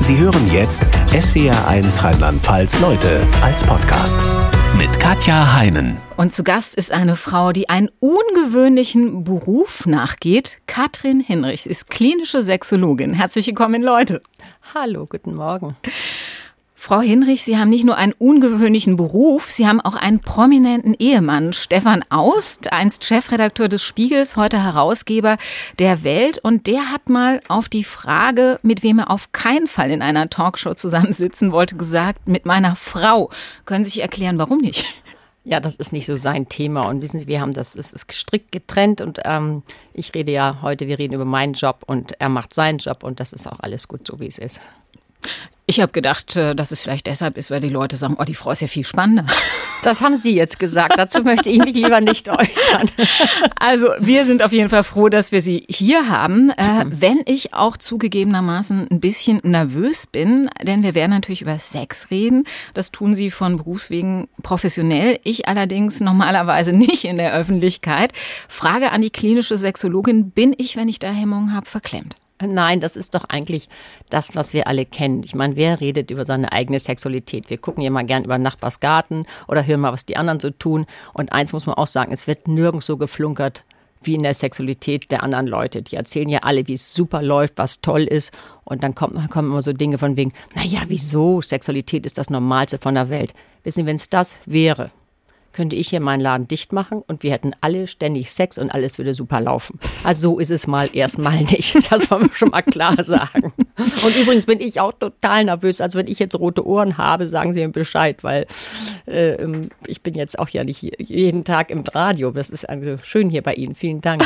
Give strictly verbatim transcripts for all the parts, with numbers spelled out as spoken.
Sie hören jetzt S W R eins Rheinland-Pfalz Leute als Podcast mit Katja Heinen. Und zu Gast ist eine Frau, die einen ungewöhnlichen Beruf nachgeht. Katrin Hinrichs ist klinische Sexologin. Herzlich willkommen, Leute. Hallo, guten Morgen. Frau Hinrichs, Sie haben nicht nur einen ungewöhnlichen Beruf, Sie haben auch einen prominenten Ehemann, Stefan Aust, einst Chefredakteur des Spiegels, heute Herausgeber der Welt. Und der hat mal auf die Frage, mit wem er auf keinen Fall in einer Talkshow zusammensitzen wollte, gesagt, mit meiner Frau. Können Sie sich erklären, warum nicht? Ja, das ist nicht so sein Thema. Und wissen Sie, wir haben das, es ist strikt getrennt. Und ähm, ich rede ja heute, wir reden über meinen Job und er macht seinen Job. Und das ist auch alles gut, so wie es ist. Ich habe gedacht, dass es vielleicht deshalb ist, weil die Leute sagen, oh, die Frau ist ja viel spannender. Das haben Sie jetzt gesagt. Dazu möchte ich mich lieber nicht äußern. Also wir sind auf jeden Fall froh, dass wir Sie hier haben, äh, wenn ich auch zugegebenermaßen ein bisschen nervös bin, denn wir werden natürlich über Sex reden. Das tun Sie von Berufswegen professionell. Ich allerdings normalerweise nicht in der Öffentlichkeit. Frage an die klinische Sexologin, bin ich, wenn ich da Hemmungen habe, verklemmt? Nein, das ist doch eigentlich das, was wir alle kennen. Ich meine, wer redet über seine eigene Sexualität? Wir gucken ja mal gern über Nachbarsgarten oder hören mal, was die anderen so tun. Und eins muss man auch sagen, es wird nirgends so geflunkert wie in der Sexualität der anderen Leute. Die erzählen ja alle, wie es super läuft, was toll ist. Und dann kommt, kommen immer so Dinge von wegen, naja, wieso? Sexualität ist das Normalste von der Welt. Wissen Sie, wenn es das wäre, könnte ich hier meinen Laden dicht machen und wir hätten alle ständig Sex und alles würde super laufen. Also so ist es mal erstmal nicht. Das wollen wir schon mal klar sagen. Und übrigens bin ich auch total nervös. Also wenn ich jetzt rote Ohren habe, sagen Sie mir Bescheid, weil äh, ich bin jetzt auch ja nicht jeden Tag im Radio. Das ist also schön hier bei Ihnen. Vielen Dank.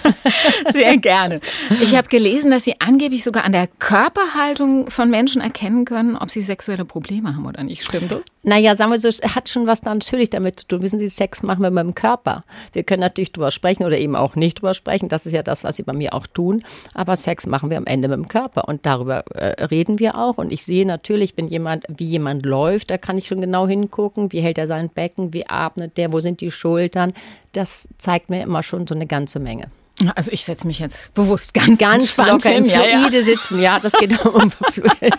Sehr gerne. Ich habe gelesen, dass Sie angeblich sogar an der Körperhaltung von Menschen erkennen können, ob sie sexuelle Probleme haben oder nicht. Stimmt das? Naja, sagen wir so, hat schon was natürlich damit zu tun. Wissen Sie, Sex machen wir mit dem Körper. Wir können natürlich drüber sprechen oder eben auch nicht drüber sprechen. Das ist ja das, was Sie bei mir auch tun. Aber Sex machen wir am Ende mit dem Körper. Und darüber äh, reden wir auch. Und ich sehe natürlich, wenn jemand, wie jemand läuft, da kann ich schon genau hingucken. Wie hält er sein Becken? Wie atmet der? Wo sind die Schultern? Das zeigt mir immer schon so eine ganze Menge. Also ich setze mich jetzt bewusst ganz, ganz locker hin. in Fluide ja, ja. sitzen. Ja, das geht um Fluide.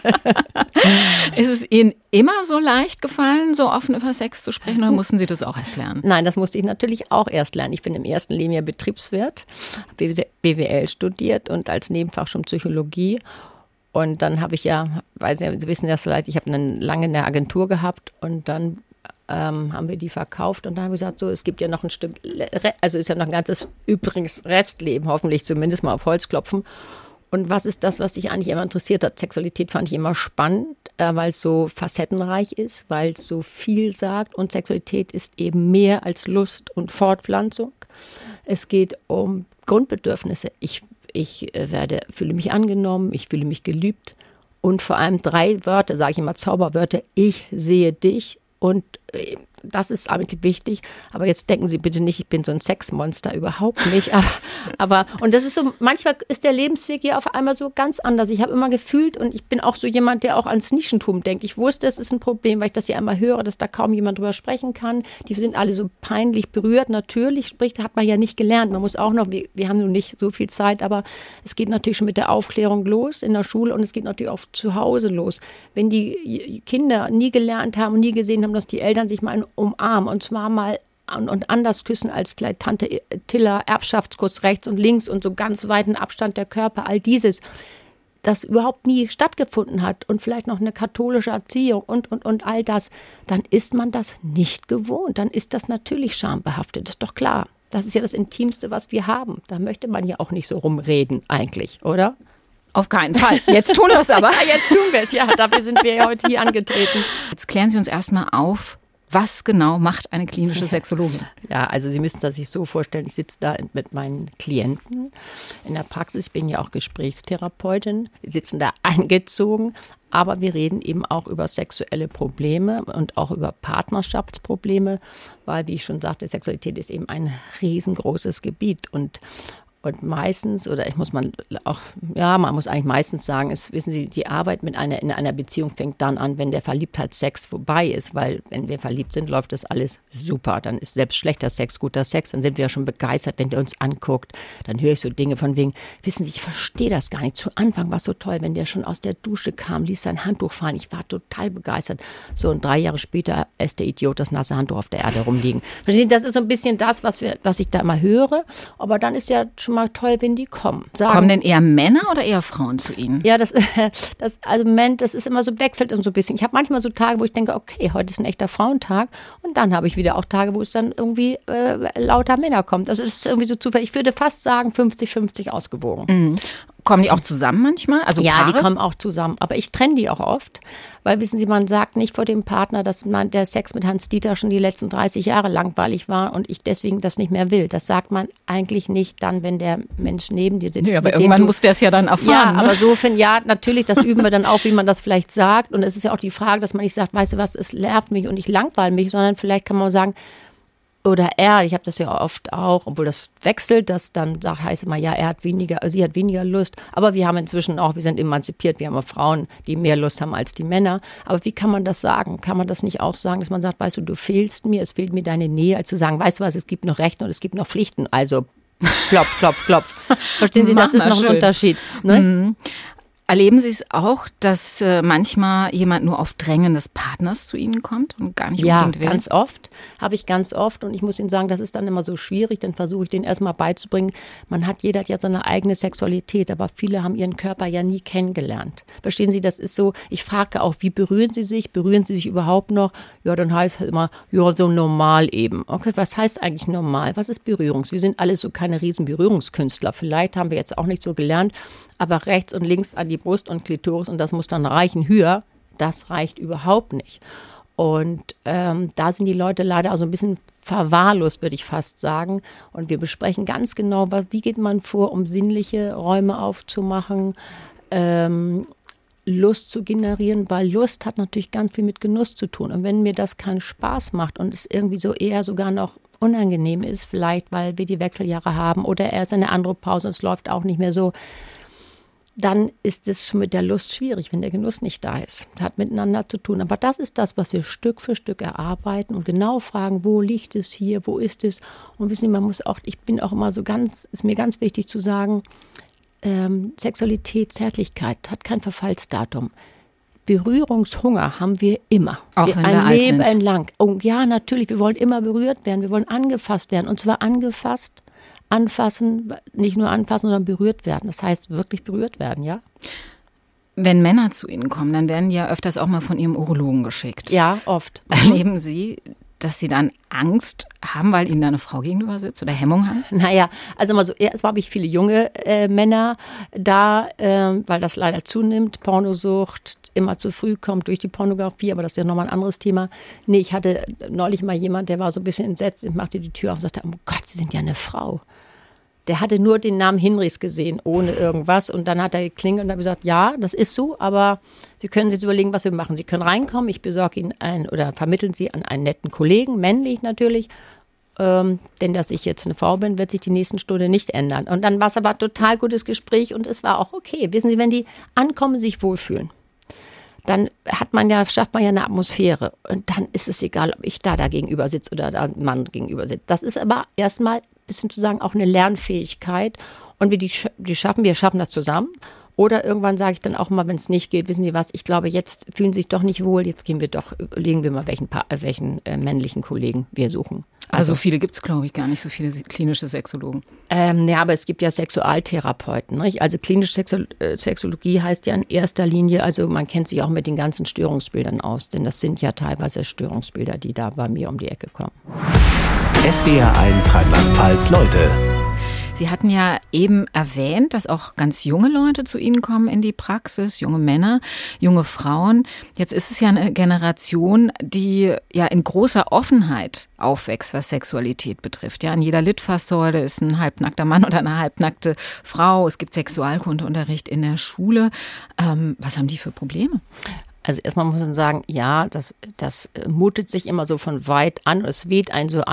Ist es Ihnen immer so leicht gefallen, so offen über Sex zu sprechen, oder mussten Sie das auch erst lernen? Nein, das musste ich natürlich auch erst lernen. Ich bin im ersten Leben ja Betriebswirt, B W L studiert und als Nebenfach schon Psychologie. Und dann habe ich ja, weiß ja, Sie wissen das vielleicht, ich habe eine lange in der Agentur gehabt und dann ähm, haben wir die verkauft und dann haben wir gesagt, so, es gibt ja noch ein Stück, also ist ja noch ein ganzes übrigens Restleben, hoffentlich zumindest mal auf Holz klopfen. Und was ist das, was dich eigentlich immer interessiert hat? Sexualität fand ich immer spannend, äh, weil es so facettenreich ist, weil es so viel sagt. Und Sexualität ist eben mehr als Lust und Fortpflanzung. Es geht um Grundbedürfnisse. Ich, ich äh, werde, fühle mich angenommen, ich fühle mich geliebt. Und vor allem drei Wörter, sage ich immer Zauberwörter. Ich sehe dich und äh, das ist eigentlich wichtig, aber jetzt denken Sie bitte nicht, ich bin so ein Sexmonster, überhaupt nicht. Aber, aber und das ist so, manchmal ist der Lebensweg hier auf einmal so ganz anders. Ich habe immer gefühlt und ich bin auch so jemand, der auch ans Nischentum denkt. Ich wusste, es ist ein Problem, weil ich das ja immer höre, dass da kaum jemand drüber sprechen kann. Die sind alle so peinlich berührt. Natürlich spricht, hat man ja nicht gelernt. Man muss auch noch, wir, wir haben nur nicht so viel Zeit, aber es geht natürlich schon mit der Aufklärung los in der Schule und es geht natürlich auch zu Hause los. Wenn die Kinder nie gelernt haben und nie gesehen haben, dass die Eltern sich mal umarmen und zwar mal und anders küssen als vielleicht Tante Tilla, Erbschaftskuss rechts und links und so ganz weiten Abstand der Körper, all dieses, das überhaupt nie stattgefunden hat und vielleicht noch eine katholische Erziehung und, und, und all das, dann ist man das nicht gewohnt, dann ist das natürlich schambehaftet, das ist doch klar. Das ist ja das Intimste, was wir haben. Da möchte man ja auch nicht so rumreden eigentlich, oder? Auf keinen Fall. Jetzt tun wir es aber. Ja, jetzt tun wir es, ja, dafür sind wir ja heute hier angetreten. Jetzt klären Sie uns erstmal auf, was genau macht eine klinische Sexologin? Ja, also Sie müssen das sich so vorstellen, ich sitze da mit meinen Klienten in der Praxis, ich bin ja auch Gesprächstherapeutin, wir sitzen da eingezogen, aber wir reden eben auch über sexuelle Probleme und auch über Partnerschaftsprobleme, weil, wie ich schon sagte, Sexualität ist eben ein riesengroßes Gebiet und Und meistens, oder ich muss man auch, ja, man muss eigentlich meistens sagen, ist, wissen Sie, die Arbeit mit einer, in einer Beziehung fängt dann an, wenn der Verliebtheitssex vorbei ist, weil wenn wir verliebt sind, läuft das alles super. Dann ist selbst schlechter Sex guter Sex, dann sind wir ja schon begeistert, wenn der uns anguckt. Dann höre ich so Dinge von wegen, wissen Sie, ich verstehe das gar nicht. Zu Anfang war es so toll, wenn der schon aus der Dusche kam, ließ sein Handtuch fallen. Ich war total begeistert. So, und drei Jahre später ist der Idiot das nasse Handtuch auf der Erde rumliegen. Verstehen Sie, das ist so ein bisschen das, was, wir, was ich da immer höre. Aber dann ist ja schon mal toll, wenn die kommen. Sagen, kommen denn eher Männer oder eher Frauen zu Ihnen? Ja, das, das, also Moment, das ist immer so, wechselt und so ein bisschen. Ich habe manchmal so Tage, wo ich denke, okay, heute ist ein echter Frauentag. Und dann habe ich wieder auch Tage, wo es dann irgendwie äh, lauter Männer kommt. Also das ist irgendwie so zufällig. Ich würde fast sagen fünfzig fünfzig ausgewogen. Mhm. Kommen die auch zusammen manchmal? Also ja, Paare? Die kommen auch zusammen. Aber ich trenne die auch oft. Weil, wissen Sie, man sagt nicht vor dem Partner, dass man der Sex mit Hans-Dieter schon die letzten dreißig Jahre langweilig war und ich deswegen das nicht mehr will. Das sagt man eigentlich nicht dann, wenn der Mensch neben dir sitzt. Ja, aber irgendwann du, muss der es ja dann erfahren. Ja, ne? aber so find, ja, natürlich, das üben wir dann auch, wie man das vielleicht sagt. Und es ist ja auch die Frage, dass man nicht sagt, weißt du was, es nervt mich und ich langweile mich, sondern vielleicht kann man sagen, oder er, ich habe das ja oft auch, obwohl das wechselt, das dann sagt, heißt immer, ja, er hat weniger, sie hat weniger Lust. Aber wir haben inzwischen auch, wir sind emanzipiert, wir haben auch Frauen, die mehr Lust haben als die Männer. Aber wie kann man das sagen? Kann man das nicht auch sagen, dass man sagt, weißt du, du fehlst mir, es fehlt mir deine Nähe, als zu sagen, weißt du was, es gibt noch Rechte und es gibt noch Pflichten. Also klopf, klopf, klopf. Verstehen Sie, das ist noch ein Unterschied. Ne? Mhm. Erleben Sie es auch, dass äh, manchmal jemand nur auf Drängen des Partners zu Ihnen kommt und gar nicht ja, unbedingt will? Ja, ganz oft. Habe ich ganz oft. Und ich muss Ihnen sagen, das ist dann immer so schwierig. Dann versuche ich denen erstmal beizubringen. Man hat, jeder hat ja seine eigene Sexualität, aber viele haben ihren Körper ja nie kennengelernt. Verstehen Sie, das ist so, ich frage auch, wie berühren Sie sich? Berühren Sie sich überhaupt noch? Ja, dann heißt es immer, ja, so normal eben. Okay, was heißt eigentlich normal? Was ist Berührungs? Wir sind alles so keine riesen Berührungskünstler. Vielleicht haben wir jetzt auch nicht so gelernt. Aber rechts und links an die Brust und Klitoris und das muss dann reichen, höher, das reicht überhaupt nicht. Und ähm, da sind die Leute leider auch so ein bisschen verwahrlost, würde ich fast sagen. Und wir besprechen ganz genau, wie geht man vor, um sinnliche Räume aufzumachen, ähm, Lust zu generieren, weil Lust hat natürlich ganz viel mit Genuss zu tun. Und wenn mir das keinen Spaß macht und es irgendwie so eher sogar noch unangenehm ist, vielleicht weil wir die Wechseljahre haben oder erst eine Andropause und es läuft auch nicht mehr so, dann ist es mit der Lust schwierig, wenn der Genuss nicht da ist. Das hat miteinander zu tun. Aber das ist das, was wir Stück für Stück erarbeiten und genau fragen, wo liegt es hier, wo ist es? Und wissen Sie, man muss auch, ich bin auch immer so ganz, ist mir ganz wichtig zu sagen, ähm, Sexualität, Zärtlichkeit hat kein Verfallsdatum. Berührungshunger haben wir immer. Auch wir, wenn ein wir alt Leben sind. lang. Und ja, natürlich, wir wollen immer berührt werden, wir wollen angefasst werden. Und zwar angefasst, anfassen, nicht nur anfassen, sondern berührt werden. Das heißt, wirklich berührt werden, ja? Wenn Männer zu Ihnen kommen, dann werden die ja öfters auch mal von ihrem Urologen geschickt. Ja, oft. Erleben Sie, dass Sie dann Angst haben, weil Ihnen da eine Frau gegenüber sitzt oder Hemmung haben? Naja, also mal so, erst habe ich viele junge äh, Männer da, äh, weil das leider zunimmt, Pornosucht, immer zu früh kommt durch die Pornografie, aber das ist ja nochmal ein anderes Thema. Nee, ich hatte neulich mal jemand, der war so ein bisschen entsetzt und machte die Tür auf und sagte, oh Gott, Sie sind ja eine Frau. Der hatte nur den Namen Hinrichs gesehen, ohne irgendwas. Und dann hat er geklingelt und hat gesagt, ja, das ist so, aber Sie können sich jetzt überlegen, was wir machen. Sie können reinkommen, ich besorge Ihnen ein oder vermitteln Sie an einen netten Kollegen, männlich natürlich. Ähm, denn dass ich jetzt eine Frau bin, wird sich die nächsten Stunde nicht ändern. Und dann war es aber ein total gutes Gespräch und es war auch okay. Wissen Sie, wenn die ankommen, sich wohlfühlen, dann hat man ja, schafft man ja eine Atmosphäre. Und dann ist es egal, ob ich da, da gegenüber sitze oder da ein Mann gegenüber sitzt. Das ist aber erstmal ein bisschen zu sagen auch eine Lernfähigkeit. Und wir die, die schaffen, wir schaffen das zusammen. Oder irgendwann sage ich dann auch mal, wenn es nicht geht, wissen Sie was, ich glaube, jetzt fühlen Sie sich doch nicht wohl, jetzt gehen wir doch, legen wir mal, welchen, Pa- welchen äh, männlichen Kollegen wir suchen. Also, also viele gibt es, glaube ich, gar nicht, so viele klinische Sexologen. Ähm, ja, aber es gibt ja Sexualtherapeuten. Nicht? Also klinische Sexu- äh, Sexologie heißt ja in erster Linie, also man kennt sich auch mit den ganzen Störungsbildern aus, denn das sind ja teilweise Störungsbilder, die da bei mir um die Ecke kommen. S W R eins Rheinland-Pfalz Leute. Sie hatten ja eben erwähnt, dass auch ganz junge Leute zu Ihnen kommen in die Praxis, junge Männer, junge Frauen. Jetzt ist es ja eine Generation, die ja in großer Offenheit aufwächst, was Sexualität betrifft. Ja, an jeder Litfaßsäule ist ein halbnackter Mann oder eine halbnackte Frau. Es gibt Sexualkundeunterricht in der Schule. Ähm, was haben die für Probleme? Also erstmal muss man sagen, ja, das, das mutet sich immer so von weit an, es weht einen so an,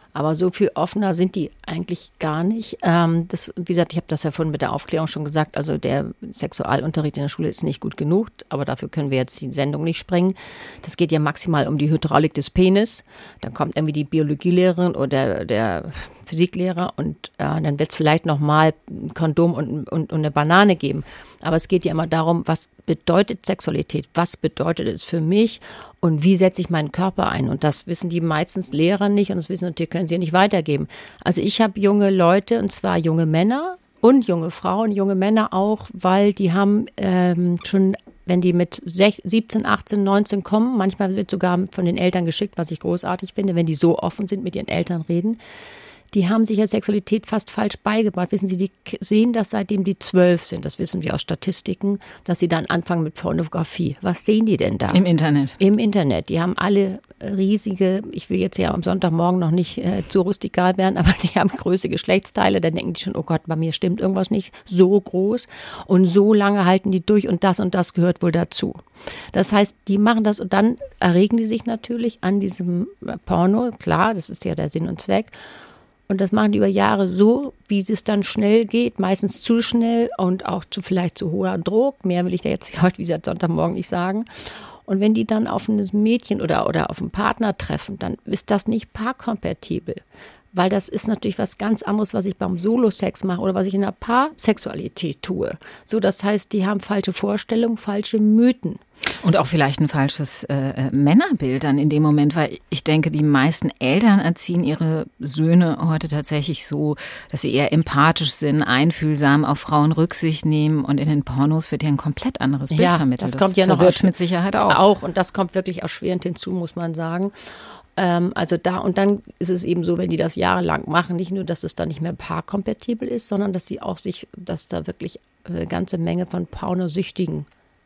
Aber so viel offener sind die eigentlich gar nicht. Ähm, das, wie gesagt, ich habe das ja vorhin mit der Aufklärung schon gesagt, also der Sexualunterricht in der Schule ist nicht gut genug, aber dafür können wir jetzt die Sendung nicht sprengen. Das geht ja maximal um die Hydraulik des Penis. Dann kommt irgendwie die Biologielehrerin oder der Physiklehrer und äh, dann wird es vielleicht nochmal ein Kondom und, und, und eine Banane geben. Aber es geht ja immer darum, was bedeutet Sexualität? Was bedeutet es für mich? Und wie setze ich meinen Körper ein? Und das wissen die meistens Lehrer nicht und das wissen und die können sie ja nicht weitergeben. Also ich habe junge Leute, und zwar junge Männer und junge Frauen, junge Männer auch, weil die haben ähm, schon, wenn die mit siebzehn, achtzehn, neunzehn kommen, manchmal wird sogar von den Eltern geschickt, was ich großartig finde, wenn die so offen sind, mit ihren Eltern reden. Die haben sich ja Sexualität fast falsch beigebracht. Wissen Sie, die sehen das, seitdem die zwölf sind. Das wissen wir aus Statistiken, dass sie dann anfangen mit Pornografie. Was sehen die denn da? Im Internet. Im Internet. Die haben alle riesige, ich will jetzt ja am Sonntagmorgen noch nicht äh, zu rustikal werden, aber die haben größere Geschlechtsteile. Dann denken die schon, oh Gott, bei mir stimmt irgendwas nicht. So groß. Und so lange halten die durch und das und das gehört wohl dazu. Das heißt, die machen das und dann erregen die sich natürlich an diesem Porno. Klar, das ist ja der Sinn und Zweck. Und das machen die über Jahre so, wie es dann schnell geht, meistens zu schnell und auch zu vielleicht zu hoher Druck. Mehr will ich da jetzt heute, wie gesagt, Sonntagmorgen nicht sagen. Und wenn die dann auf ein Mädchen oder, oder auf einen Partner treffen, dann ist das nicht paarkompatibel. Weil das ist natürlich was ganz anderes, was ich beim Solo-Sex mache oder was ich in der Paarsexualität tue. So, das heißt, die haben falsche Vorstellungen, falsche Mythen. Und auch vielleicht ein falsches äh, Männerbild dann in dem Moment, weil ich denke, die meisten Eltern erziehen ihre Söhne heute tatsächlich so, dass sie eher empathisch sind, einfühlsam, auf Frauen Rücksicht nehmen und in den Pornos wird ja ein komplett anderes Bild ja, vermittelt. Das kommt ja noch aus, mit Sicherheit auch. Auch und das kommt wirklich erschwerend hinzu, muss man sagen. Ähm, also da und dann ist es eben so, wenn die das jahrelang machen, nicht nur, dass es dann nicht mehr paarkompatibel ist, sondern dass sie auch sich, dass da wirklich eine ganze Menge von Pornosüchtigen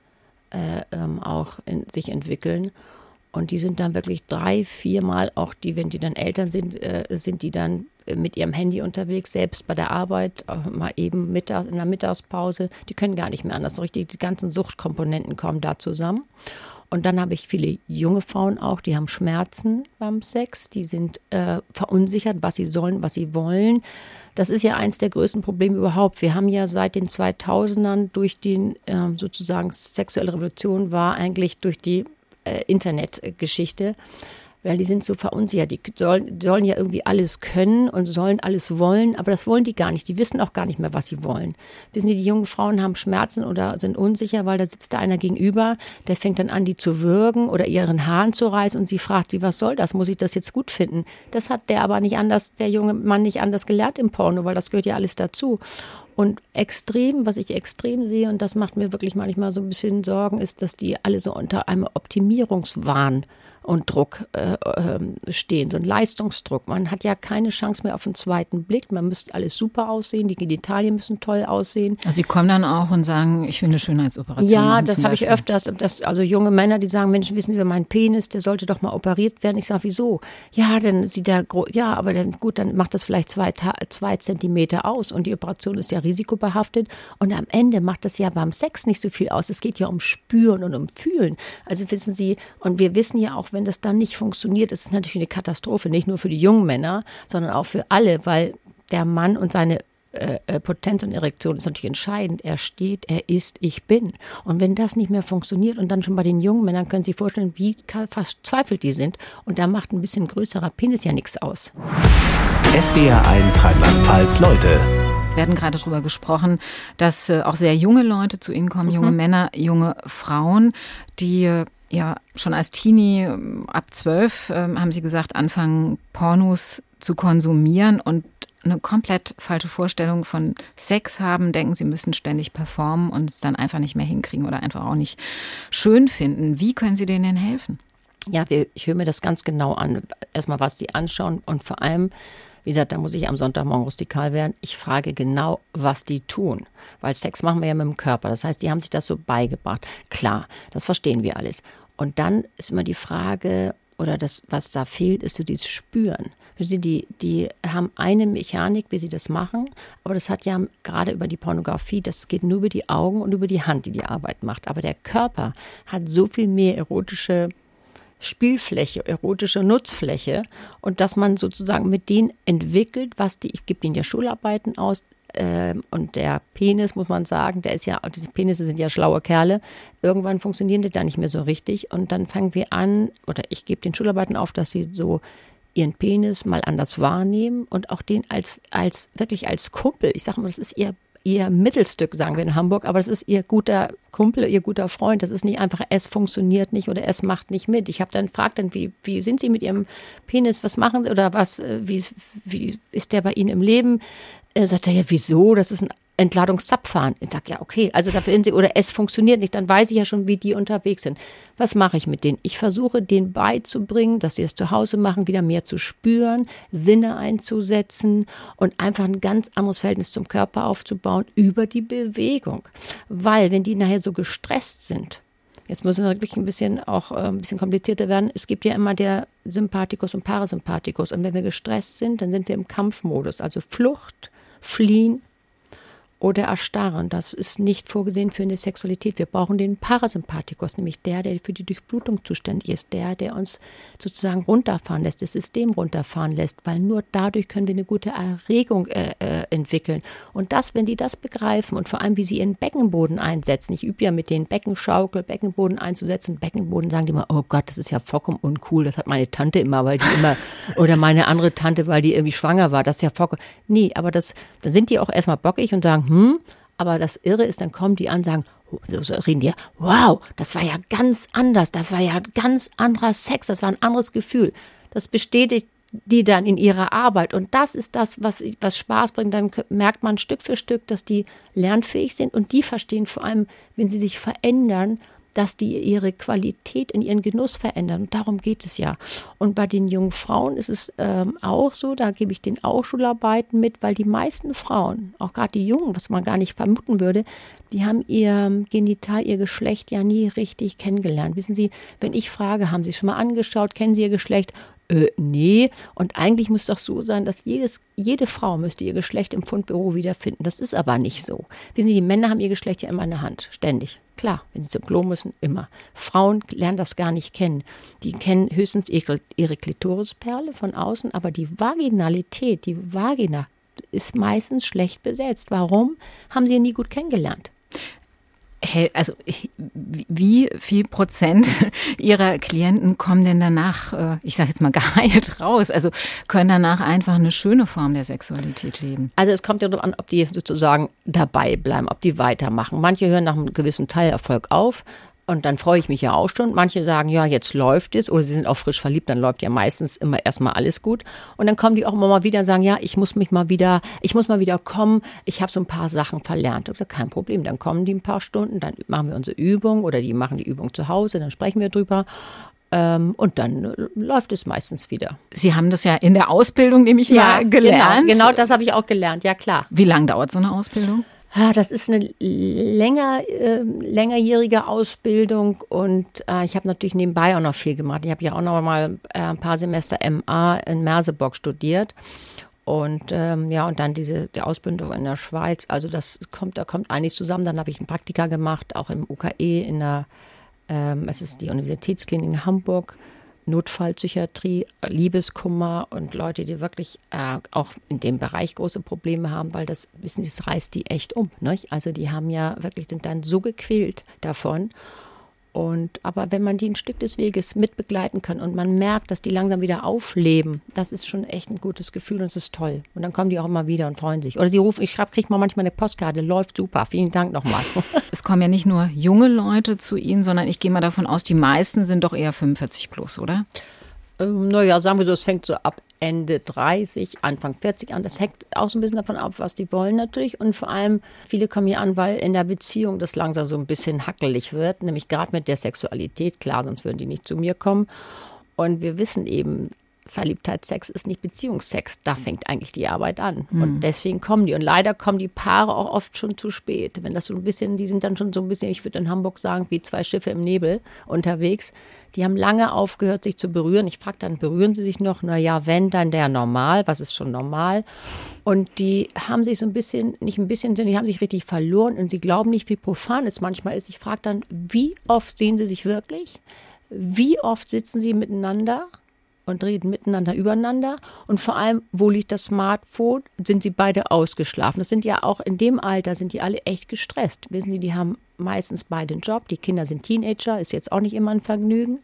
Äh, ähm, auch in, sich entwickeln. Und die sind dann wirklich drei, viermal, auch die, wenn die dann Eltern sind, äh, sind die dann mit ihrem Handy unterwegs, selbst bei der Arbeit, äh, mal eben Mittag, in der Mittagspause. Die können gar nicht mehr anders. Richtig, die ganzen Suchtkomponenten kommen da zusammen. Und dann habe ich viele junge Frauen auch, die haben Schmerzen beim Sex, die sind äh, verunsichert, was sie sollen, was sie wollen. Das ist ja eins der größten Probleme überhaupt. Wir haben ja seit den zweitausendern durch die äh, sozusagen sexuelle Revolution war eigentlich durch die äh, Internetgeschichte, weil die sind so verunsichert. Die sollen, sollen ja irgendwie alles können und sollen alles wollen, aber das wollen die gar nicht. Die wissen auch gar nicht mehr, was sie wollen. Wissen Sie, die jungen Frauen haben Schmerzen oder sind unsicher, weil da sitzt da einer gegenüber, der fängt dann an, die zu würgen oder ihren Haaren zu reißen und sie fragt sie, was soll das? Muss ich das jetzt gut finden? Das hat der aber nicht anders, der junge Mann nicht anders gelernt im Porno, weil das gehört ja alles dazu. Und extrem, was ich extrem sehe, und das macht mir wirklich manchmal so ein bisschen Sorgen, ist, dass die alle so unter einem Optimierungswahn und Druck äh, äh, stehen, so ein Leistungsdruck. Man hat ja keine Chance mehr auf einen zweiten Blick. Man müsste alles super aussehen, die Genitalien müssen toll aussehen. Also Sie kommen dann auch und sagen, ich will eine Schönheitsoperation ja, machen. Ja, das habe ich öfters. Das, also junge Männer, die sagen, Mensch, wissen Sie, mein Penis, der sollte doch mal operiert werden. Ich sage, wieso? Ja, dann sieht der gro- ja, aber dann gut, dann macht das vielleicht zwei, zwei Zentimeter aus und die Operation ist ja risikobehaftet. Und am Ende macht das ja beim Sex nicht so viel aus. Es geht ja um Spüren und um Fühlen. Also wissen Sie, und wir wissen ja auch, wenn das dann nicht funktioniert, ist es natürlich eine Katastrophe, nicht nur für die jungen Männer, sondern auch für alle, weil der Mann und seine äh, Potenz und Erektion ist natürlich entscheidend. Er steht, er ist, ich bin. Und wenn das nicht mehr funktioniert und dann schon bei den jungen Männern, können Sie sich vorstellen, wie verzweifelt die sind. Und da macht ein bisschen größerer Penis ja nichts aus. S W R eins Rheinland-Pfalz Leute. Es werden gerade darüber gesprochen, dass äh, auch sehr junge Leute zu Ihnen kommen, junge mhm. Männer, junge Frauen, die äh, ja schon als Teenie, ab zwölf, äh, haben Sie gesagt, anfangen Pornos zu konsumieren und eine komplett falsche Vorstellung von Sex haben, denken, sie müssen ständig performen und es dann einfach nicht mehr hinkriegen oder einfach auch nicht schön finden. Wie können Sie denen denn helfen? Ja, wir, ich höre mir das ganz genau an. Erstmal, was sie anschauen und vor allem, wie gesagt, da muss ich am Sonntagmorgen rustikal werden. Ich frage genau, was die tun. Weil Sex machen wir ja mit dem Körper. Das heißt, die haben sich das so beigebracht. Klar, das verstehen wir alles. Und dann ist immer die Frage, oder das, was da fehlt, ist so dieses Spüren. Die, die haben eine Mechanik, wie sie das machen, aber das hat ja gerade über die Pornografie, das geht nur über die Augen und über die Hand, die die Arbeit macht. Aber der Körper hat so viel mehr erotische Spielfläche, erotische Nutzfläche und dass man sozusagen mit denen entwickelt, was die, ich gebe denen ja Schularbeiten aus, äh, und der Penis, muss man sagen, der ist ja, diese Penisse sind ja schlaue Kerle, irgendwann funktionieren die da nicht mehr so richtig und dann fangen wir an, oder ich gebe den Schularbeiten auf, dass sie so ihren Penis mal anders wahrnehmen und auch den als, als wirklich als Kumpel, ich sage mal, das ist ihr ihr Mittelstück, sagen wir in Hamburg, aber das ist ihr guter Kumpel, ihr guter Freund. Das ist nicht einfach, es funktioniert nicht oder es macht nicht mit. Ich habe dann gefragt, dann, wie, wie sind Sie mit Ihrem Penis, was machen Sie oder was, wie, wie ist der bei Ihnen im Leben? Er sagt er, ja, wieso? Das ist ein Entladungszapfhahn. Ich sage, ja, okay, also dafür sind sie, oder es funktioniert nicht, dann weiß ich ja schon, wie die unterwegs sind. Was mache ich mit denen? Ich versuche, denen beizubringen, dass sie es zu Hause machen, wieder mehr zu spüren, Sinne einzusetzen und einfach ein ganz anderes Verhältnis zum Körper aufzubauen über die Bewegung. Weil, wenn die nachher so gestresst sind, jetzt müssen wir wirklich ein bisschen auch äh, ein bisschen komplizierter werden. Es gibt ja immer der Sympathikus und Parasympathikus. Und wenn wir gestresst sind, dann sind wir im Kampfmodus, also Flucht, Fliehen oder Erstarren. Das ist nicht vorgesehen für eine Sexualität. Wir brauchen den Parasympathikus, nämlich der, der für die Durchblutung zuständig ist, der, der uns sozusagen runterfahren lässt, das System runterfahren lässt, weil nur dadurch können wir eine gute Erregung äh, äh, entwickeln. Und das, wenn die das begreifen und vor allem, wie sie ihren Beckenboden einsetzen. Ich übe ja mit den Beckenschaukel, Beckenboden einzusetzen. Beckenboden sagen die immer, oh Gott, das ist ja vollkommen uncool. Das hat meine Tante immer, weil die immer, oder meine andere Tante, weil die irgendwie schwanger war. Das ist ja vollkommen, nee, aber das, dann sind die auch erstmal bockig und sagen, Hm, aber das Irre ist, dann kommen die an und sagen, so reden die, wow, das war ja ganz anders, das war ja ganz anderer Sex, das war ein anderes Gefühl. Das bestätigt die dann in ihrer Arbeit und das ist das, was, was Spaß bringt. Dann merkt man Stück für Stück, dass die lernfähig sind und die verstehen vor allem, wenn sie sich verändern, dass die ihre Qualität in ihren Genuss verändern. Und darum geht es ja. Und bei den jungen Frauen ist es ähm, auch so, da gebe ich denen auch Schularbeiten mit, weil die meisten Frauen, auch gerade die Jungen, was man gar nicht vermuten würde, die haben ihr Genital, ihr Geschlecht ja nie richtig kennengelernt. Wissen Sie, wenn ich frage, haben Sie es schon mal angeschaut, kennen Sie Ihr Geschlecht? Äh, nee. Und eigentlich muss es doch so sein, dass jedes, jede Frau müsste ihr Geschlecht im Fundbüro wiederfinden. Das ist aber nicht so. Wissen Sie, die Männer haben ihr Geschlecht ja immer in der Hand, ständig. Klar, wenn sie zum Klo müssen, immer. Frauen lernen das gar nicht kennen. Die kennen höchstens ihre, ihre Klitorisperle von außen, aber die Vaginalität, die Vagina ist meistens schlecht besetzt. Warum? Haben sie nie gut kennengelernt. Also wie viel Prozent Ihrer Klienten kommen denn danach, ich sage jetzt mal, geheilt raus? Also können danach einfach eine schöne Form der Sexualität leben? Also es kommt ja darauf an, ob die sozusagen dabei bleiben, ob die weitermachen. Manche hören nach einem gewissen Teilerfolg auf. Und dann freue ich mich ja auch schon. Manche sagen, ja, jetzt läuft es. Oder sie sind auch frisch verliebt, dann läuft ja meistens immer erstmal alles gut. Und dann kommen die auch immer mal wieder und sagen, ja, ich muss mich mal wieder, ich muss mal wieder kommen. Ich habe so ein paar Sachen verlernt. Ich sage, kein Problem. Dann kommen die ein paar Stunden, dann machen wir unsere Übung oder die machen die Übung zu Hause, dann sprechen wir drüber. Und dann läuft es meistens wieder. Sie haben das ja in der Ausbildung, nehme ich ja, mal, gelernt. Genau, genau das habe ich auch gelernt, ja klar. Wie lange dauert so eine Ausbildung? Das ist eine länger, äh, längerjährige Ausbildung und äh, ich habe natürlich nebenbei auch noch viel gemacht. Ich habe ja auch noch mal äh, ein paar Semester M A in Merseburg studiert und ähm, ja und dann diese die Ausbildung in der Schweiz. Also das kommt, da kommt einiges zusammen. Dann habe ich ein Praktika gemacht, auch im U K E in der, ähm, es ist die Universitätsklinik in Hamburg. Notfallpsychiatrie, Liebeskummer und Leute, die wirklich äh, auch in dem Bereich große Probleme haben, weil das, wissen Sie, das reißt die echt um. Nicht? Also die haben ja wirklich, sind dann so gequält davon. Und, aber wenn man die ein Stück des Weges mitbegleiten kann und man merkt, dass die langsam wieder aufleben, das ist schon echt ein gutes Gefühl und es ist toll. Und dann kommen die auch immer wieder und freuen sich. Oder sie rufen, ich kriege mal manchmal eine Postkarte, läuft super, vielen Dank nochmal. Es kommen ja nicht nur junge Leute zu Ihnen, sondern ich gehe mal davon aus, die meisten sind doch eher fünfundvierzig plus, oder? Ähm, naja, sagen wir so, es fängt so ab Ende dreißig, Anfang vierzig an. Das hängt auch so ein bisschen davon ab, was die wollen natürlich. Und vor allem, viele kommen hier an, weil in der Beziehung das langsam so ein bisschen hackelig wird. Nämlich gerade mit der Sexualität. Klar, sonst würden die nicht zu mir kommen. Und wir wissen eben, Verliebtheitssex ist nicht Beziehungsex. Da fängt eigentlich die Arbeit an. Mhm. Und deswegen kommen die. Und leider kommen die Paare auch oft schon zu spät. Wenn das so ein bisschen, die sind dann schon so ein bisschen, ich würde in Hamburg sagen, wie zwei Schiffe im Nebel unterwegs. Die haben lange aufgehört, sich zu berühren. Ich frage dann, berühren sie sich noch? Na ja, wenn, dann der normal. Was ist schon normal? Und die haben sich so ein bisschen, nicht ein bisschen, sondern die haben sich richtig verloren. Und sie glauben nicht, wie profan es manchmal ist. Ich frage dann, wie oft sehen sie sich wirklich? wie oft sitzen sie miteinander und reden miteinander übereinander und vor allem, wo liegt das Smartphone, sind sie beide ausgeschlafen. Das sind ja auch in dem Alter, sind die alle echt gestresst. Wissen Sie, die haben meistens beide einen Job, die Kinder sind Teenager, ist jetzt auch nicht immer ein Vergnügen.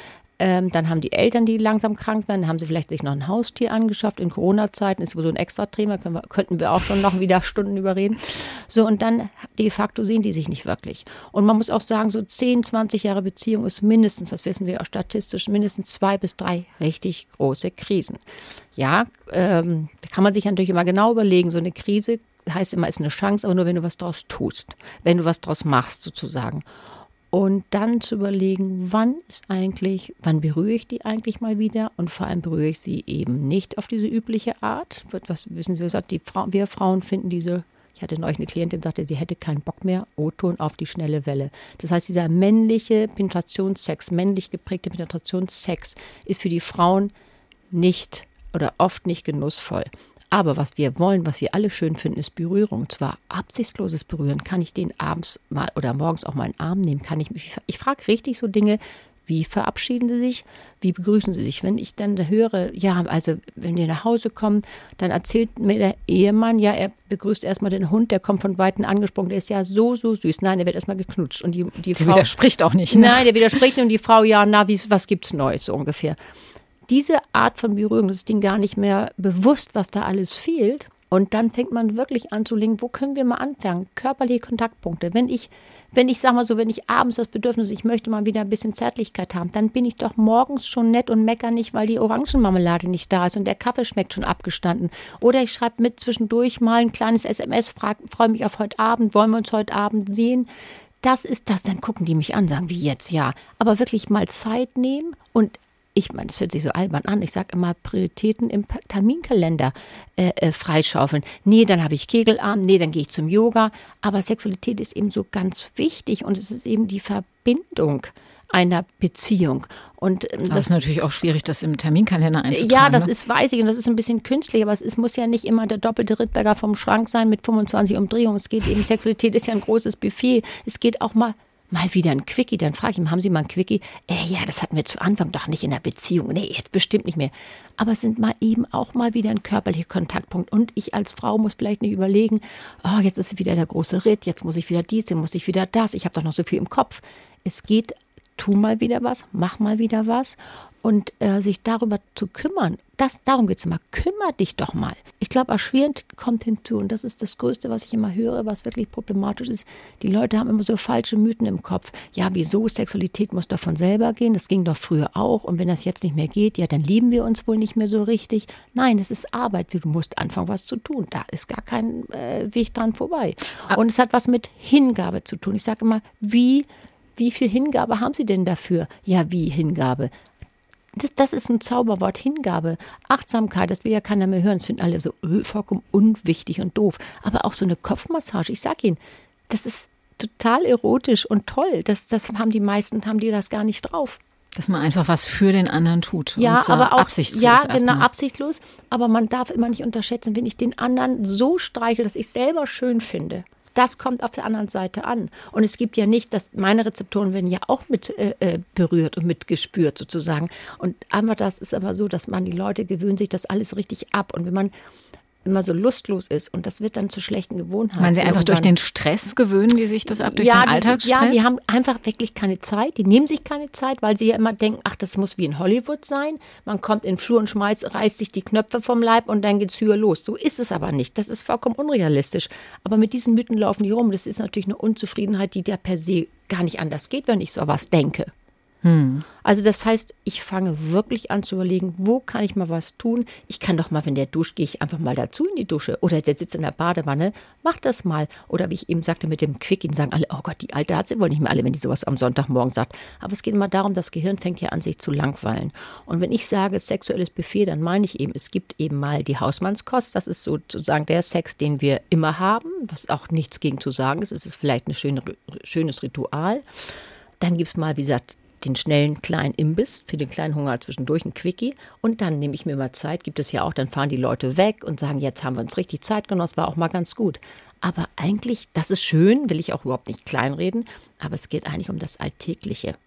Ähm, dann haben die Eltern, die langsam krank werden, haben sie vielleicht sich noch ein Haustier angeschafft. In Corona-Zeiten ist sowieso ein extra Thema, können wir, könnten wir auch schon noch wieder Stunden überreden. So, und dann de facto sehen die sich nicht wirklich. Und man muss auch sagen, so zehn, zwanzig Jahre Beziehung ist mindestens, das wissen wir auch statistisch, mindestens zwei bis drei richtig große Krisen. Ja, ähm, da kann man sich natürlich immer genau überlegen, so eine Krise heißt immer, ist eine Chance, aber nur, wenn du was draus tust, wenn du was draus machst sozusagen. Und dann zu überlegen, wann ist eigentlich, wann berühre ich die eigentlich mal wieder und vor allem berühre ich sie eben nicht auf diese übliche Art. Was wissen Sie, was die Frau, wir Frauen finden diese, ich hatte neulich eine Klientin, die sagte, sie hätte keinen Bock mehr, O-Ton auf die schnelle Welle. Das heißt, dieser männliche Penetrationssex, männlich geprägte Penetrationssex ist für die Frauen nicht oder oft nicht genussvoll. Aber was wir wollen, was wir alle schön finden, ist Berührung. Und zwar absichtsloses Berühren. Kann ich den abends mal oder morgens auch mal in den Arm nehmen? Kann ich mich, ich frage richtig so Dinge, wie verabschieden Sie sich? Wie begrüßen Sie sich? Wenn ich dann höre, ja, also wenn wir nach Hause kommen, dann erzählt mir der Ehemann, ja, er begrüßt erstmal den Hund, der kommt von Weitem angesprungen, der ist ja so, so süß. Nein, der wird erstmal geknutscht. Und die, die der Frau widerspricht auch nicht. Ne? Nein, der widerspricht nicht. Und die Frau, ja, na, wie, was gibt's Neues, so ungefähr. Diese Art von Berührung, das ist denen gar nicht mehr bewusst, was da alles fehlt. Und dann fängt man wirklich an zu legen, wo können wir mal anfangen? Körperliche Kontaktpunkte. Wenn ich, wenn ich sag mal so, wenn ich abends das Bedürfnis, ich möchte mal wieder ein bisschen Zärtlichkeit haben, dann bin ich doch morgens schon nett und mecker nicht, weil die Orangenmarmelade nicht da ist und der Kaffee schmeckt schon abgestanden. Oder ich schreibe mit zwischendurch mal ein kleines S M S, freue mich auf heute Abend, wollen wir uns heute Abend sehen? Das ist das, dann gucken die mich an, sagen wie jetzt, ja. Aber wirklich mal Zeit nehmen und ich meine, das hört sich so albern an. Ich sage immer, Prioritäten im Terminkalender äh, äh, freischaufeln. Nee, dann habe ich Kegelabend, nee, dann gehe ich zum Yoga. Aber Sexualität ist eben so ganz wichtig und es ist eben die Verbindung einer Beziehung. Und ähm, das, das ist natürlich auch schwierig, das im Terminkalender einzutragen. Ja, das ne? ist, weiß ich, und das ist ein bisschen künstlich, aber es ist, muss ja nicht immer der doppelte Rittberger vom Schrank sein mit fünfundzwanzig Umdrehungen. Es geht eben, Sexualität ist ja ein großes Buffet. Es geht auch mal Mal wieder ein Quickie, dann frage ich ihn, haben Sie mal ein Quickie? Äh, ja, das hatten wir zu Anfang doch nicht in der Beziehung. Nee, jetzt bestimmt nicht mehr. Aber es sind mal eben auch mal wieder ein körperlicher Kontaktpunkt. Und ich als Frau muss vielleicht nicht überlegen, oh, jetzt ist wieder der große Ritt, jetzt muss ich wieder dies, jetzt muss ich wieder das. Ich habe doch noch so viel im Kopf. Es geht, tu mal wieder was, mach mal wieder was. Und äh, sich darüber zu kümmern, das, darum geht es immer, kümmer dich doch mal. Ich glaube, erschwerend kommt hinzu, und das ist das Größte, was ich immer höre, was wirklich problematisch ist, die Leute haben immer so falsche Mythen im Kopf. Ja, wieso, Sexualität muss doch von selber gehen, das ging doch früher auch, und wenn das jetzt nicht mehr geht, ja, dann lieben wir uns wohl nicht mehr so richtig. Nein, das ist Arbeit, du musst anfangen, was zu tun, da ist gar kein äh, Weg dran vorbei. Und es hat was mit Hingabe zu tun. Ich sage immer, wie, wie viel Hingabe haben Sie denn dafür? Ja, wie Hingabe? Das, das ist ein Zauberwort, Hingabe, Achtsamkeit, das will ja keiner mehr hören. Das finden alle so öh, vollkommen unwichtig und doof. Aber auch so eine Kopfmassage, ich sag Ihnen, das ist total erotisch und toll. Das, das haben die meisten, haben die das gar nicht drauf. Dass man einfach was für den anderen tut. Ja, und zwar aber auch absichtslos. Ja, genau, erstmal. absichtlos. Aber man darf immer nicht unterschätzen, wenn ich den anderen so streiche, dass ich es selber schön finde. Das kommt auf der anderen Seite an. Und es gibt ja nicht, dass meine Rezeptoren werden ja auch mit äh, berührt und mit gespürt sozusagen. Und einfach das ist aber so, dass man die Leute gewöhnen sich das alles richtig ab. Und wenn man immer so lustlos ist und das wird dann zu schlechten Gewohnheiten. Meinen Sie einfach durch den Stress gewöhnen die sich das ab, durch ja, den Alltagsstress? Die, ja, die haben einfach wirklich keine Zeit, die nehmen sich keine Zeit, weil sie ja immer denken, ach, das muss wie in Hollywood sein. Man kommt in den Flur und schmeißt, reißt sich die Knöpfe vom Leib und dann geht's höher los. So ist es aber nicht, das ist vollkommen unrealistisch. Aber mit diesen Mythen laufen die rum, das ist natürlich eine Unzufriedenheit, die ja per se gar nicht anders geht, wenn ich so was denke. Hm. Also das heißt, ich fange wirklich an zu überlegen, wo kann ich mal was tun? Ich kann doch mal, wenn der duscht, gehe ich einfach mal dazu in die Dusche. Oder der sitzt in der Badewanne, mach das mal. Oder wie ich eben sagte, mit dem Quickie sagen alle, oh Gott, die Alte hat sie wohl nicht mehr alle, wenn die sowas am Sonntagmorgen sagt. Aber es geht immer darum, das Gehirn fängt ja an, sich zu langweilen. Und wenn ich sage sexuelles Buffet, dann meine ich eben, es gibt eben mal die Hausmannskost. Das ist sozusagen der Sex, den wir immer haben, was auch nichts gegen zu sagen ist. Es ist vielleicht ein schöne, schönes Ritual. Dann gibt es mal, wie gesagt, den schnellen kleinen Imbiss für den kleinen Hunger zwischendurch, ein Quickie. Und dann nehme ich mir mal Zeit, gibt es ja auch, dann fahren die Leute weg und sagen, jetzt haben wir uns richtig Zeit genommen, das war auch mal ganz gut. Aber eigentlich, das ist schön, will ich auch überhaupt nicht kleinreden, aber es geht eigentlich um das Alltägliche.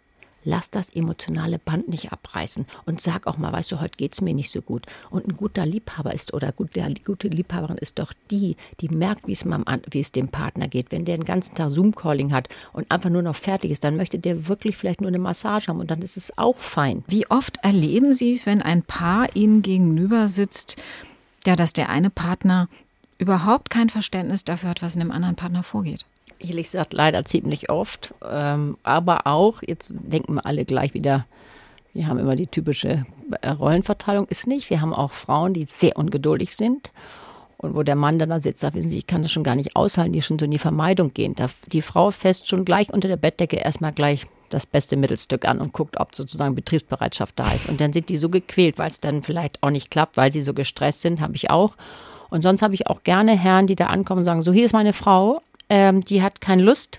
lass das emotionale Band nicht abreißen und sag auch mal, weißt du, heute geht's mir nicht so gut. Und ein guter Liebhaber ist oder gut, der gute Liebhaberin ist doch die, die merkt, wie es, mal, wie es dem Partner geht. Wenn der den ganzen Tag Zoom-Calling hat und einfach nur noch fertig ist, dann möchte der wirklich vielleicht nur eine Massage haben und dann ist es auch fein. Wie oft erleben Sie es, wenn ein Paar Ihnen gegenüber sitzt, ja, dass der eine Partner überhaupt kein Verständnis dafür hat, was in dem anderen Partner vorgeht? Ehrlich gesagt, leider ziemlich oft. Ähm, aber auch, jetzt denken wir alle gleich wieder, wir haben immer die typische Rollenverteilung. Ist nicht. Wir haben auch Frauen, die sehr ungeduldig sind. Und wo der Mann dann da sitzt, sagt, wissen Sie, ich kann das schon gar nicht aushalten, die schon so in die Vermeidung gehen. Da die Frau fässt schon gleich unter der Bettdecke erstmal gleich das beste Mittelstück an und guckt, ob sozusagen Betriebsbereitschaft da ist. Und dann sind die so gequält, weil es dann vielleicht auch nicht klappt, weil sie so gestresst sind, habe ich auch. Und sonst habe ich auch gerne Herren, die da ankommen und sagen, so, hier ist meine Frau, ähm, die hat keine Lust.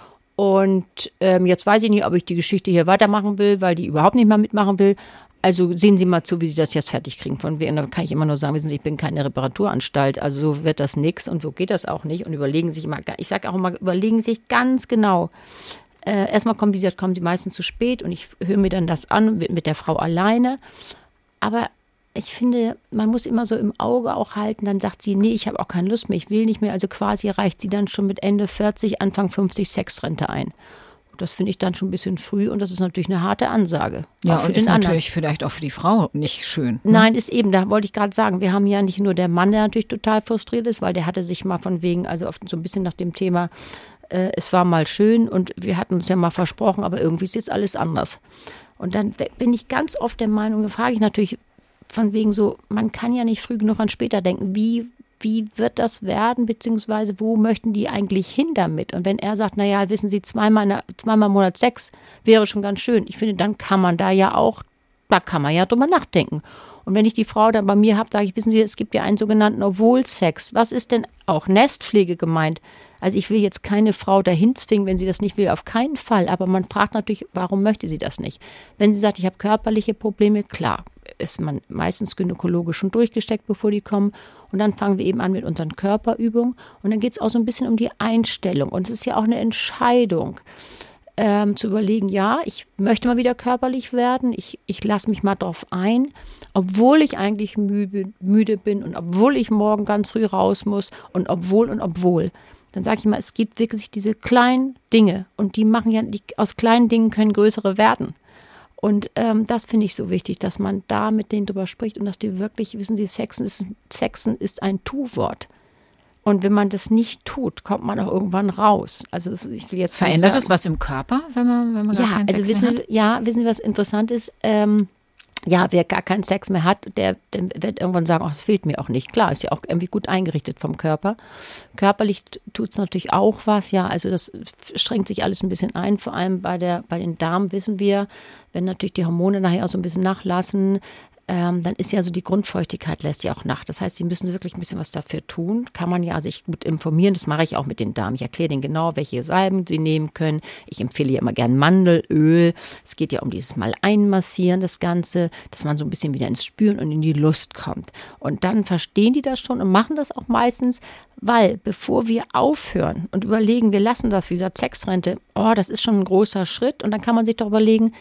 Und ähm, jetzt weiß ich nicht, ob ich die Geschichte hier weitermachen will, weil die überhaupt nicht mehr mitmachen will. Also sehen Sie mal zu, wie Sie das jetzt fertig kriegen. Von wem, da kann ich immer nur sagen, wissen Sie, ich bin keine Reparaturanstalt, also so wird das nichts und so geht das auch nicht. Und überlegen sich mal, ich sage auch immer, überlegen sich ganz genau. Äh, erstmal kommen, wie gesagt, kommen die meisten zu spät und ich höre mir dann das an mit der Frau alleine. Aber ich finde, man muss immer so im Auge auch halten, dann sagt sie, nee, ich habe auch keine Lust mehr, ich will nicht mehr. Also quasi reicht sie dann schon mit Ende vierzig, Anfang fünfzig Sexrente ein. Das finde ich dann schon ein bisschen früh und das ist natürlich eine harte Ansage. Ja, für und den ist anderen. Natürlich vielleicht auch für die Frau nicht schön. Ne? Nein, ist eben, da wollte ich gerade sagen, wir haben ja nicht nur der Mann, der natürlich total frustriert ist, weil der hatte sich mal von wegen, also oft so ein bisschen nach dem Thema, äh, es war mal schön und wir hatten uns ja mal versprochen, aber irgendwie ist jetzt alles anders. Und dann bin ich ganz oft der Meinung, da frage ich natürlich von wegen so, man kann ja nicht früh genug an später denken, wie Wie wird das werden, beziehungsweise wo möchten die eigentlich hin damit? Und wenn er sagt, naja, wissen Sie, zweimal, zweimal im Monat Sex wäre schon ganz schön. Ich finde, dann kann man da ja auch, da kann man ja drüber nachdenken. Und wenn ich die Frau dann bei mir habe, sage ich, wissen Sie, es gibt ja einen sogenannten Obwohl-Sex. Was ist denn auch Nestpflege gemeint? Also ich will jetzt keine Frau dahin zwingen, wenn sie das nicht will, auf keinen Fall. Aber man fragt natürlich, warum möchte sie das nicht? Wenn sie sagt, ich habe körperliche Probleme, klar, ist man meistens gynäkologisch schon durchgesteckt, bevor die kommen. Und dann fangen wir eben an mit unseren Körperübungen. Und dann geht es auch so ein bisschen um die Einstellung. Und es ist ja auch eine Entscheidung, ähm, zu überlegen, ja, ich möchte mal wieder körperlich werden. Ich, ich lasse mich mal drauf ein, obwohl ich eigentlich müde, müde bin und obwohl ich morgen ganz früh raus muss und obwohl und obwohl. Dann sage ich mal, es gibt wirklich diese kleinen Dinge. Und die machen ja, die, aus kleinen Dingen können größere werden. Und ähm, das finde ich so wichtig, dass man da mit denen drüber spricht und dass die wirklich wissen, Sie, Sexen ist, Sexen ist ein Tu-Wort. Und wenn man das nicht tut, kommt man auch irgendwann raus. Also ich will jetzt Verändert es was im Körper, wenn man, wenn man ja, gar keinen also Sex wissen, mehr hat? Ja, wissen Sie, was interessant ist? Ähm, ja, wer gar keinen Sex mehr hat, der, der wird irgendwann sagen, ach, es fehlt mir auch nicht. Klar, ist ja auch irgendwie gut eingerichtet vom Körper. Körperlich tut es natürlich auch was, ja, also das strengt sich alles ein bisschen ein, vor allem bei, der, bei den Damen wissen wir, wenn natürlich die Hormone nachher auch so ein bisschen nachlassen, ähm, dann ist ja so die Grundfeuchtigkeit lässt ja auch nach. Das heißt, sie müssen wirklich ein bisschen was dafür tun. Kann man ja sich gut informieren. Das mache ich auch mit den Damen. Ich erkläre denen genau, welche Salben sie nehmen können. Ich empfehle ja immer gern Mandelöl. Es geht ja um dieses Mal einmassieren, das Ganze, dass man so ein bisschen wieder ins Spüren und in die Lust kommt. Und dann verstehen die das schon und machen das auch meistens, weil bevor wir aufhören und überlegen, wir lassen das, wie gesagt, Sexrente, oh, das ist schon ein großer Schritt. Und dann kann man sich doch überlegen,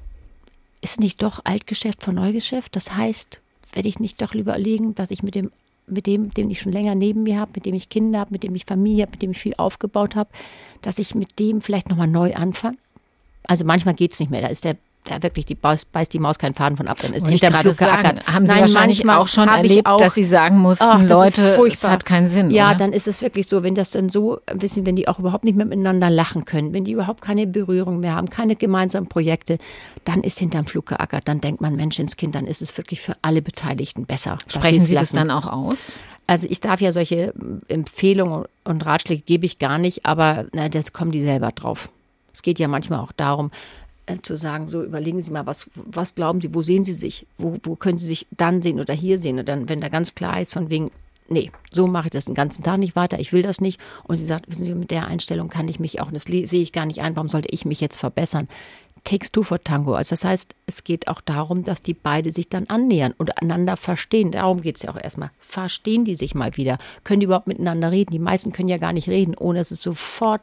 ist nicht doch Altgeschäft vor Neugeschäft? Das heißt, werde ich nicht doch lieber überlegen, dass ich mit dem, mit dem, den ich schon länger neben mir habe, mit dem ich Kinder habe, mit dem ich Familie habe, mit dem ich viel aufgebaut habe, dass ich mit dem vielleicht nochmal neu anfange? Also manchmal geht es nicht mehr, da ist der da wirklich, die beißt, beißt die Maus keinen Faden von ab, dann ist hinterm Flug geackert. Haben Sie Nein, wahrscheinlich auch schon erlebt, auch, dass Sie sagen mussten, ach, Leute, es hat keinen Sinn, Ja, oder? Dann ist es wirklich so, wenn das dann so, wissen, wenn die auch überhaupt nicht mehr miteinander lachen können, wenn die überhaupt keine Berührung mehr haben, keine gemeinsamen Projekte, dann ist hinterm Flug geackert, dann denkt man, Mensch ins Kind, dann ist es wirklich für alle Beteiligten besser. Sprechen Sie das dann auch aus? Also ich darf ja solche Empfehlungen und Ratschläge gebe ich gar nicht, aber na, das kommen die selber drauf. Es geht ja manchmal auch darum, zu sagen, so überlegen Sie mal, was, was glauben Sie, wo sehen Sie sich, wo, wo können Sie sich dann sehen oder hier sehen und dann, wenn da ganz klar ist von wegen, nee, so mache ich das den ganzen Tag nicht weiter, ich will das nicht und sie sagt, wissen Sie, mit der Einstellung kann ich mich auch, das sehe ich gar nicht ein, warum sollte ich mich jetzt verbessern? Takes two for Tango, also das heißt, es geht auch darum, dass die beide sich dann annähern und einander verstehen, darum geht es ja auch erstmal, verstehen die sich mal wieder, können die überhaupt miteinander reden, die meisten können ja gar nicht reden, ohne dass es sofort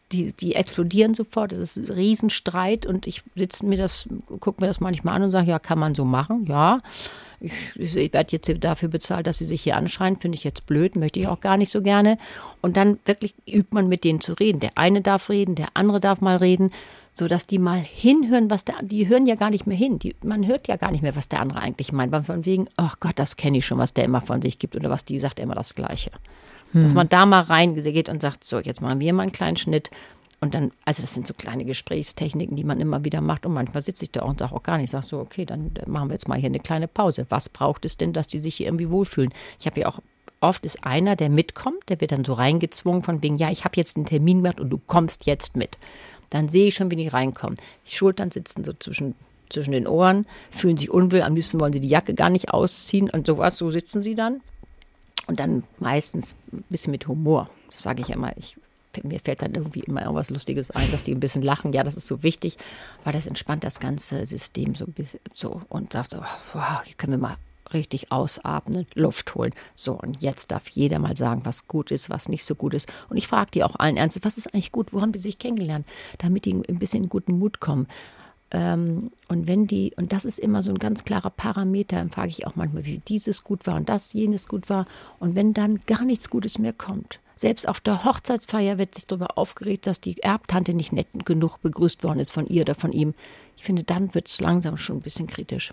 die, die explodieren sofort, das ist ein Riesenstreit und ich sitze mir das, gucke mir das manchmal an und sage, ja, kann man so machen, ja. Ich, ich werde jetzt dafür bezahlt, dass sie sich hier anschreien, finde ich jetzt blöd, möchte ich auch gar nicht so gerne. Und dann wirklich übt man mit denen zu reden. Der eine darf reden, der andere darf mal reden, sodass die mal hinhören, was der, die hören ja gar nicht mehr hin. Die, man hört ja gar nicht mehr, was der andere eigentlich meint. Weil von wegen, ach Gott, das kenne ich schon, was der immer von sich gibt oder was die sagt, immer das Gleiche. Hm. Dass man da mal reingeht und sagt, so, jetzt machen wir mal einen kleinen Schnitt. Und dann, also das sind so kleine Gesprächstechniken, die man immer wieder macht. Und manchmal sitze ich da auch und sage auch gar nicht, sage so, okay, dann machen wir jetzt mal hier eine kleine Pause. Was braucht es denn, dass die sich hier irgendwie wohlfühlen? Ich habe ja auch, oft ist einer, der mitkommt, der wird dann so reingezwungen von wegen, ja, ich habe jetzt einen Termin gemacht und du kommst jetzt mit. Dann sehe ich schon, wie die reinkommen. Die Schultern sitzen so zwischen, zwischen den Ohren, fühlen sich unwohl, am liebsten wollen sie die Jacke gar nicht ausziehen und sowas, so sitzen sie dann. Und dann meistens ein bisschen mit Humor. Das sage ich immer, ich mir fällt dann irgendwie immer irgendwas Lustiges ein, dass die ein bisschen lachen. Ja, das ist so wichtig, weil das entspannt das ganze System so ein bisschen so und sagt so, wow, hier können wir mal richtig ausatmen, Luft holen. So, und jetzt darf jeder mal sagen, was gut ist, was nicht so gut ist. Und ich frage die auch allen Ernstes, was ist eigentlich gut, wo haben die sich kennengelernt, damit die ein bisschen in guten Mut kommen. Ähm, und wenn die, und das ist immer so ein ganz klarer Parameter, dann frage ich auch manchmal, wie dieses gut war und das, jenes gut war. Und wenn dann gar nichts Gutes mehr kommt, selbst auf der Hochzeitsfeier wird sich darüber aufgeregt, dass die Erbtante nicht nett genug begrüßt worden ist von ihr oder von ihm. Ich finde, dann wird es langsam schon ein bisschen kritisch.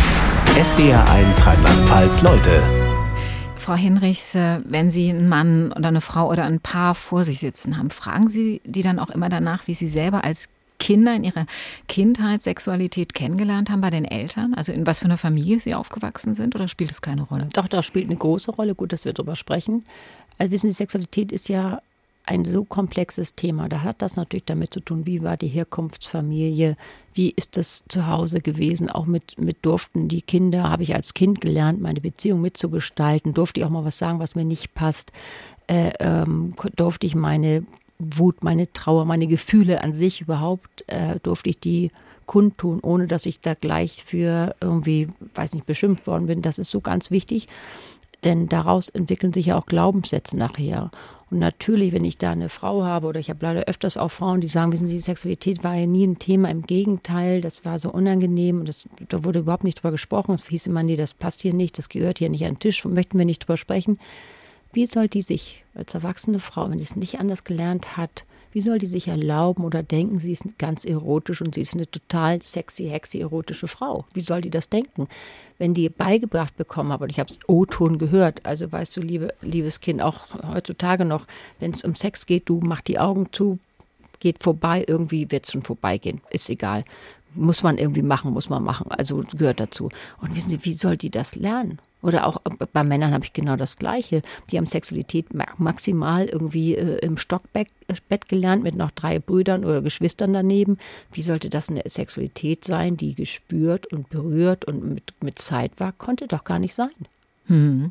S W R eins Rheinland-Pfalz Leute. Frau Hinrichs, wenn Sie einen Mann oder eine Frau oder ein Paar vor sich sitzen haben, fragen Sie die dann auch immer danach, wie sie selber als Kinder in ihrer Kindheit Sexualität kennengelernt haben bei den Eltern? Also in was für einer Familie sie aufgewachsen sind, oder spielt es keine Rolle? Doch, das spielt eine große Rolle. Gut, dass wir darüber sprechen. Also wissen Sie, Sexualität ist ja ein so komplexes Thema. Da hat das natürlich damit zu tun, wie war die Herkunftsfamilie, wie ist das zu Hause gewesen, auch mit, mit durften die Kinder, habe ich als Kind gelernt, meine Beziehung mitzugestalten, durfte ich auch mal was sagen, was mir nicht passt, äh, ähm, durfte ich meine Wut, meine Trauer, meine Gefühle an sich überhaupt, äh, durfte ich die kundtun, ohne dass ich da gleich für irgendwie, weiß nicht, beschimpft worden bin. Das ist so ganz wichtig, denn daraus entwickeln sich ja auch Glaubenssätze nachher. Und natürlich, wenn ich da eine Frau habe, oder ich habe leider öfters auch Frauen, die sagen, wissen Sie, Sexualität war ja nie ein Thema, im Gegenteil, das war so unangenehm und das, da wurde überhaupt nicht drüber gesprochen. Es hieß immer, nee, das passt hier nicht, das gehört hier nicht an den Tisch, möchten wir nicht drüber sprechen. Wie soll die sich als erwachsene Frau, wenn sie es nicht anders gelernt hat, wie soll die sich erlauben oder denken, sie ist ganz erotisch und sie ist eine total sexy, hexy, erotische Frau? Wie soll die das denken? Wenn die beigebracht bekommen haben, und ich habe es O-Ton gehört, also weißt du, liebe, liebes Kind, auch heutzutage noch, wenn es um Sex geht, du mach die Augen zu, geht vorbei, irgendwie wird es schon vorbeigehen, ist egal. Muss man irgendwie machen, muss man machen, also gehört dazu. Und wissen Sie, wie soll die das lernen? Oder auch bei Männern habe ich genau das Gleiche. Die haben Sexualität maximal irgendwie äh, im Stockbett Bett gelernt mit noch drei Brüdern oder Geschwistern daneben. Wie sollte das eine Sexualität sein, die gespürt und berührt und mit, mit Zeit war? Konnte doch gar nicht sein. Hm.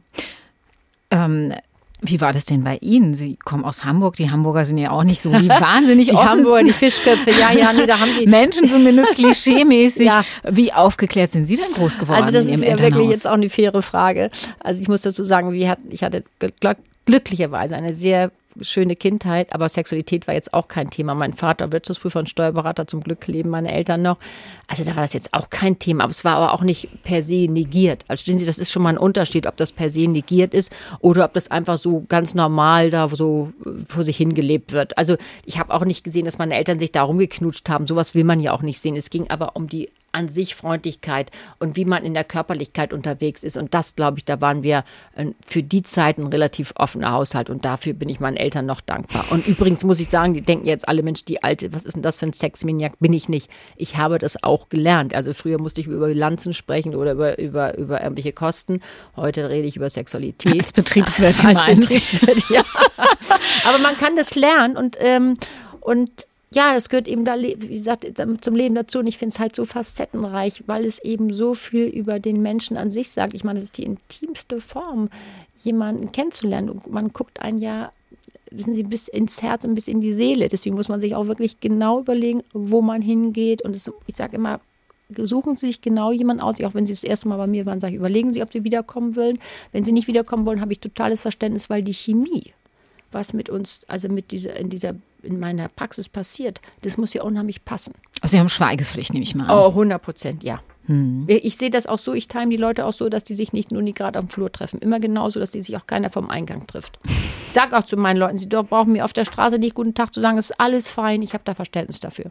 Ähm, wie war das denn bei Ihnen? Sie kommen aus Hamburg. Die Hamburger sind ja auch nicht so die wahnsinnig die offen. Die Hamburger, die Fischköpfe, ja, ja, nee, da haben die Menschen zumindest klischeemäßig. Ja. Wie aufgeklärt sind Sie denn groß geworden also das in Ihrem ist ja Elternhaus? Wirklich jetzt auch eine faire Frage. Also ich muss dazu sagen, ich hatte glücklicherweise eine sehr schöne Kindheit, aber Sexualität war jetzt auch kein Thema. Mein Vater, Wirtschaftsprüfer und Steuerberater, zum Glück leben meine Eltern noch. Also da war das jetzt auch kein Thema, aber es war aber auch nicht per se negiert. Also verstehen Sie, das ist schon mal ein Unterschied, ob das per se negiert ist oder ob das einfach so ganz normal da so vor sich hingelebt wird. Also ich habe auch nicht gesehen, dass meine Eltern sich da rumgeknutscht haben. Sowas will man ja auch nicht sehen. Es ging aber um die an sich Freundlichkeit und wie man in der Körperlichkeit unterwegs ist. Und das, glaube ich, da waren wir für die Zeit ein relativ offener Haushalt. Und dafür bin ich meinen Eltern noch dankbar. Und übrigens muss ich sagen, die denken jetzt alle, Mensch, die Alte, was ist denn das für ein Sexmaniac? Bin ich nicht. Ich habe das auch gelernt. Also früher musste ich über Bilanzen sprechen oder über, über, über irgendwelche Kosten. Heute rede ich über Sexualität. Als Betriebswirt, Als Betriebswirt, ja. Aber man kann das lernen und, ähm, und ja, das gehört eben da, wie gesagt, zum Leben dazu. Und ich finde es halt so facettenreich, weil es eben so viel über den Menschen an sich sagt. Ich meine, das ist die intimste Form, jemanden kennenzulernen. Und man guckt einen ja, wissen Sie, bis ins Herz und bis in die Seele. Deswegen muss man sich auch wirklich genau überlegen, wo man hingeht. Und das, ich sage immer, suchen Sie sich genau jemanden aus. Auch wenn Sie das erste Mal bei mir waren, sage ich, überlegen Sie, ob Sie wiederkommen wollen. Wenn Sie nicht wiederkommen wollen, habe ich totales Verständnis, weil die Chemie, was mit uns, also mit dieser, in dieser in meiner Praxis passiert, das muss ja unheimlich passen. Also Sie haben Schweigepflicht, nehme ich mal an. Oh, hundert Prozent, ja. Hm. Ich sehe das auch so, ich time die Leute auch so, dass die sich nicht nur nie gerade am Flur treffen. Immer genauso, dass die sich auch keiner vom Eingang trifft. Ich sage auch zu meinen Leuten, sie brauchen mir auf der Straße nicht guten Tag zu sagen, es ist alles fein, ich habe da Verständnis dafür.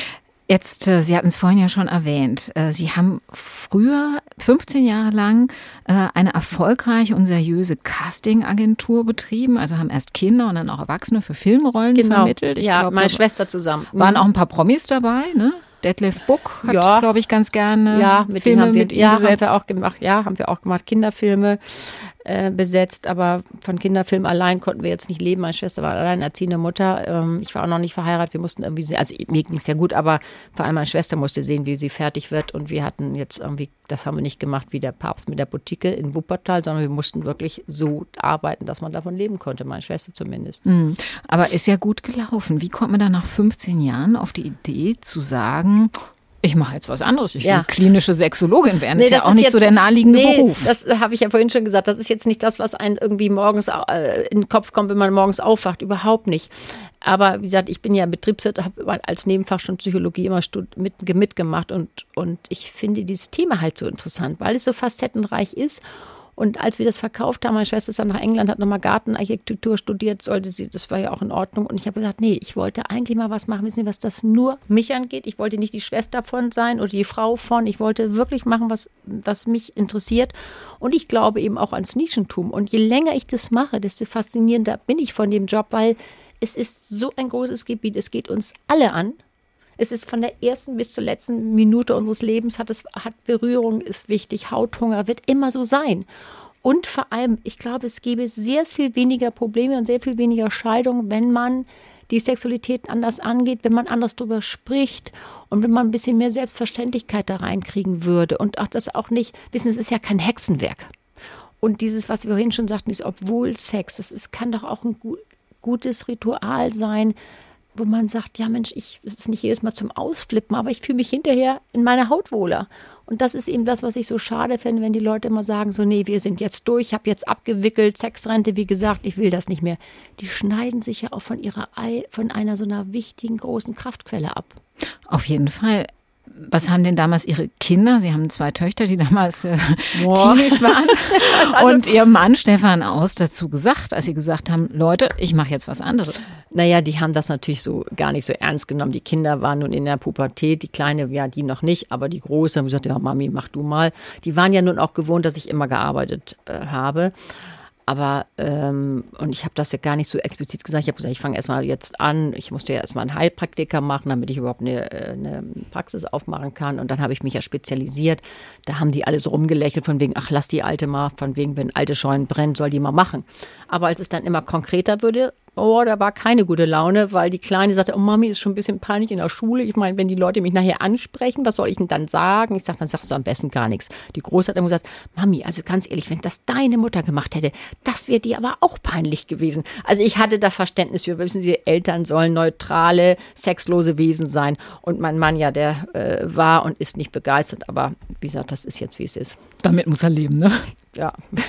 Jetzt, äh, Sie hatten es vorhin ja schon erwähnt, äh, Sie haben früher fünfzehn Jahre lang äh, eine erfolgreiche und seriöse Casting-Agentur betrieben, also haben erst Kinder und dann auch Erwachsene für Filmrollen genau. vermittelt. Ich ja, glaub, meine Schwester zusammen. Waren auch ein paar Promis dabei, ne? Detlef Buck hat, ja. glaube ich, ganz gerne ja, mit Filme haben wir, mit ihm ja, besetzt. Haben wir auch gemacht, ja, haben wir auch gemacht, Kinderfilme äh, besetzt, aber von Kinderfilmen allein konnten wir jetzt nicht leben. Meine Schwester war alleinerziehende Mutter, ähm, ich war auch noch nicht verheiratet, wir mussten irgendwie sehen, also mir ging es ja gut, aber vor allem meine Schwester musste sehen, wie sie fertig wird und wir hatten jetzt irgendwie, das haben wir nicht gemacht wie der Papst mit der Boutique in Wuppertal, sondern wir mussten wirklich so arbeiten, dass man davon leben konnte, meine Schwester zumindest. Mhm. Aber ist ja gut gelaufen. Wie kommt man dann nach fünfzehn Jahren auf die Idee zu sagen, ich mache jetzt was anderes. Ich will ja. klinische Sexologin werden. Nee, das ist ja auch ist nicht jetzt, so der naheliegende nee, Beruf. Das habe ich ja vorhin schon gesagt. Das ist jetzt nicht das, was einem irgendwie morgens äh, in den Kopf kommt, wenn man morgens aufwacht. Überhaupt nicht. Aber wie gesagt, ich bin ja Betriebswirt, habe als Nebenfach schon Psychologie immer mit, mitgemacht. Und, und ich finde dieses Thema halt so interessant, weil es so facettenreich ist. Und als wir das verkauft haben, meine Schwester ist dann nach England, hat nochmal Gartenarchitektur studiert, sollte sie, das war ja auch in Ordnung. Und ich habe gesagt, nee, ich wollte eigentlich mal was machen, wissen Sie, was das nur mich angeht. Ich wollte nicht die Schwester von sein oder die Frau von. Ich wollte wirklich machen, was, was mich interessiert. Und ich glaube eben auch ans Nischentum. Und je länger ich das mache, desto faszinierender bin ich von dem Job, weil es ist so ein großes Gebiet. Es geht uns alle an. Es ist von der ersten bis zur letzten Minute unseres Lebens, hat es hat Berührung, ist wichtig, Hauthunger wird immer so sein. Und vor allem, ich glaube, es gäbe sehr viel weniger Probleme und sehr viel weniger Scheidungen, wenn man die Sexualität anders angeht, wenn man anders drüber spricht und wenn man ein bisschen mehr Selbstverständlichkeit da reinkriegen würde. Und auch das auch nicht, wissen, es ist ja kein Hexenwerk. Und dieses, was wir vorhin schon sagten, ist obwohl Sex, das ist, kann doch auch ein gut, gutes Ritual sein, wo man sagt, ja Mensch, ich, es ist nicht jedes Mal zum Ausflippen, aber ich fühle mich hinterher in meiner Haut wohler. Und das ist eben das, was ich so schade finde, wenn die Leute immer sagen, so nee, wir sind jetzt durch, ich habe jetzt abgewickelt, Sexrente, wie gesagt, ich will das nicht mehr. Die schneiden sich ja auch von ihrer Ei, von einer so einer wichtigen, großen Kraftquelle ab. Auf jeden Fall. Was haben denn damals Ihre Kinder? Sie haben zwei Töchter, die damals äh, Teenies waren. Also, und Ihr Mann Stefan Aust dazu gesagt, als Sie gesagt haben, Leute, ich mache jetzt was anderes. Naja, die haben das natürlich so gar nicht so ernst genommen. Die Kinder waren nun in der Pubertät, die Kleine, ja, die noch nicht, aber die Große haben gesagt, ja Mami, mach du mal. Die waren ja nun auch gewohnt, dass ich immer gearbeitet äh, habe. Aber, ähm, und ich habe das ja gar nicht so explizit gesagt. Ich habe gesagt, ich fange erstmal jetzt an. Ich musste ja erstmal einen Heilpraktiker machen, damit ich überhaupt eine, eine Praxis aufmachen kann. Und dann habe ich mich ja spezialisiert. Da haben die alle so rumgelächelt von wegen, ach, lass die Alte mal, von wegen, wenn alte Scheunen brennen, soll die mal machen. Aber als es dann immer konkreter wurde, oh, da war keine gute Laune, weil die Kleine sagte, oh Mami, ist schon ein bisschen peinlich in der Schule. Ich meine, wenn die Leute mich nachher ansprechen, was soll ich denn dann sagen? Ich sage, dann sagst du am besten gar nichts. Die Große hat immer gesagt, Mami, also ganz ehrlich, wenn das deine Mutter gemacht hätte, das wäre dir aber auch peinlich gewesen. Also ich hatte da Verständnis für, wissen Sie, Eltern sollen neutrale, sexlose Wesen sein. Und mein Mann ja, der äh, war und ist nicht begeistert, aber wie gesagt, das ist jetzt, wie es ist. Damit muss er leben, ne? Ja.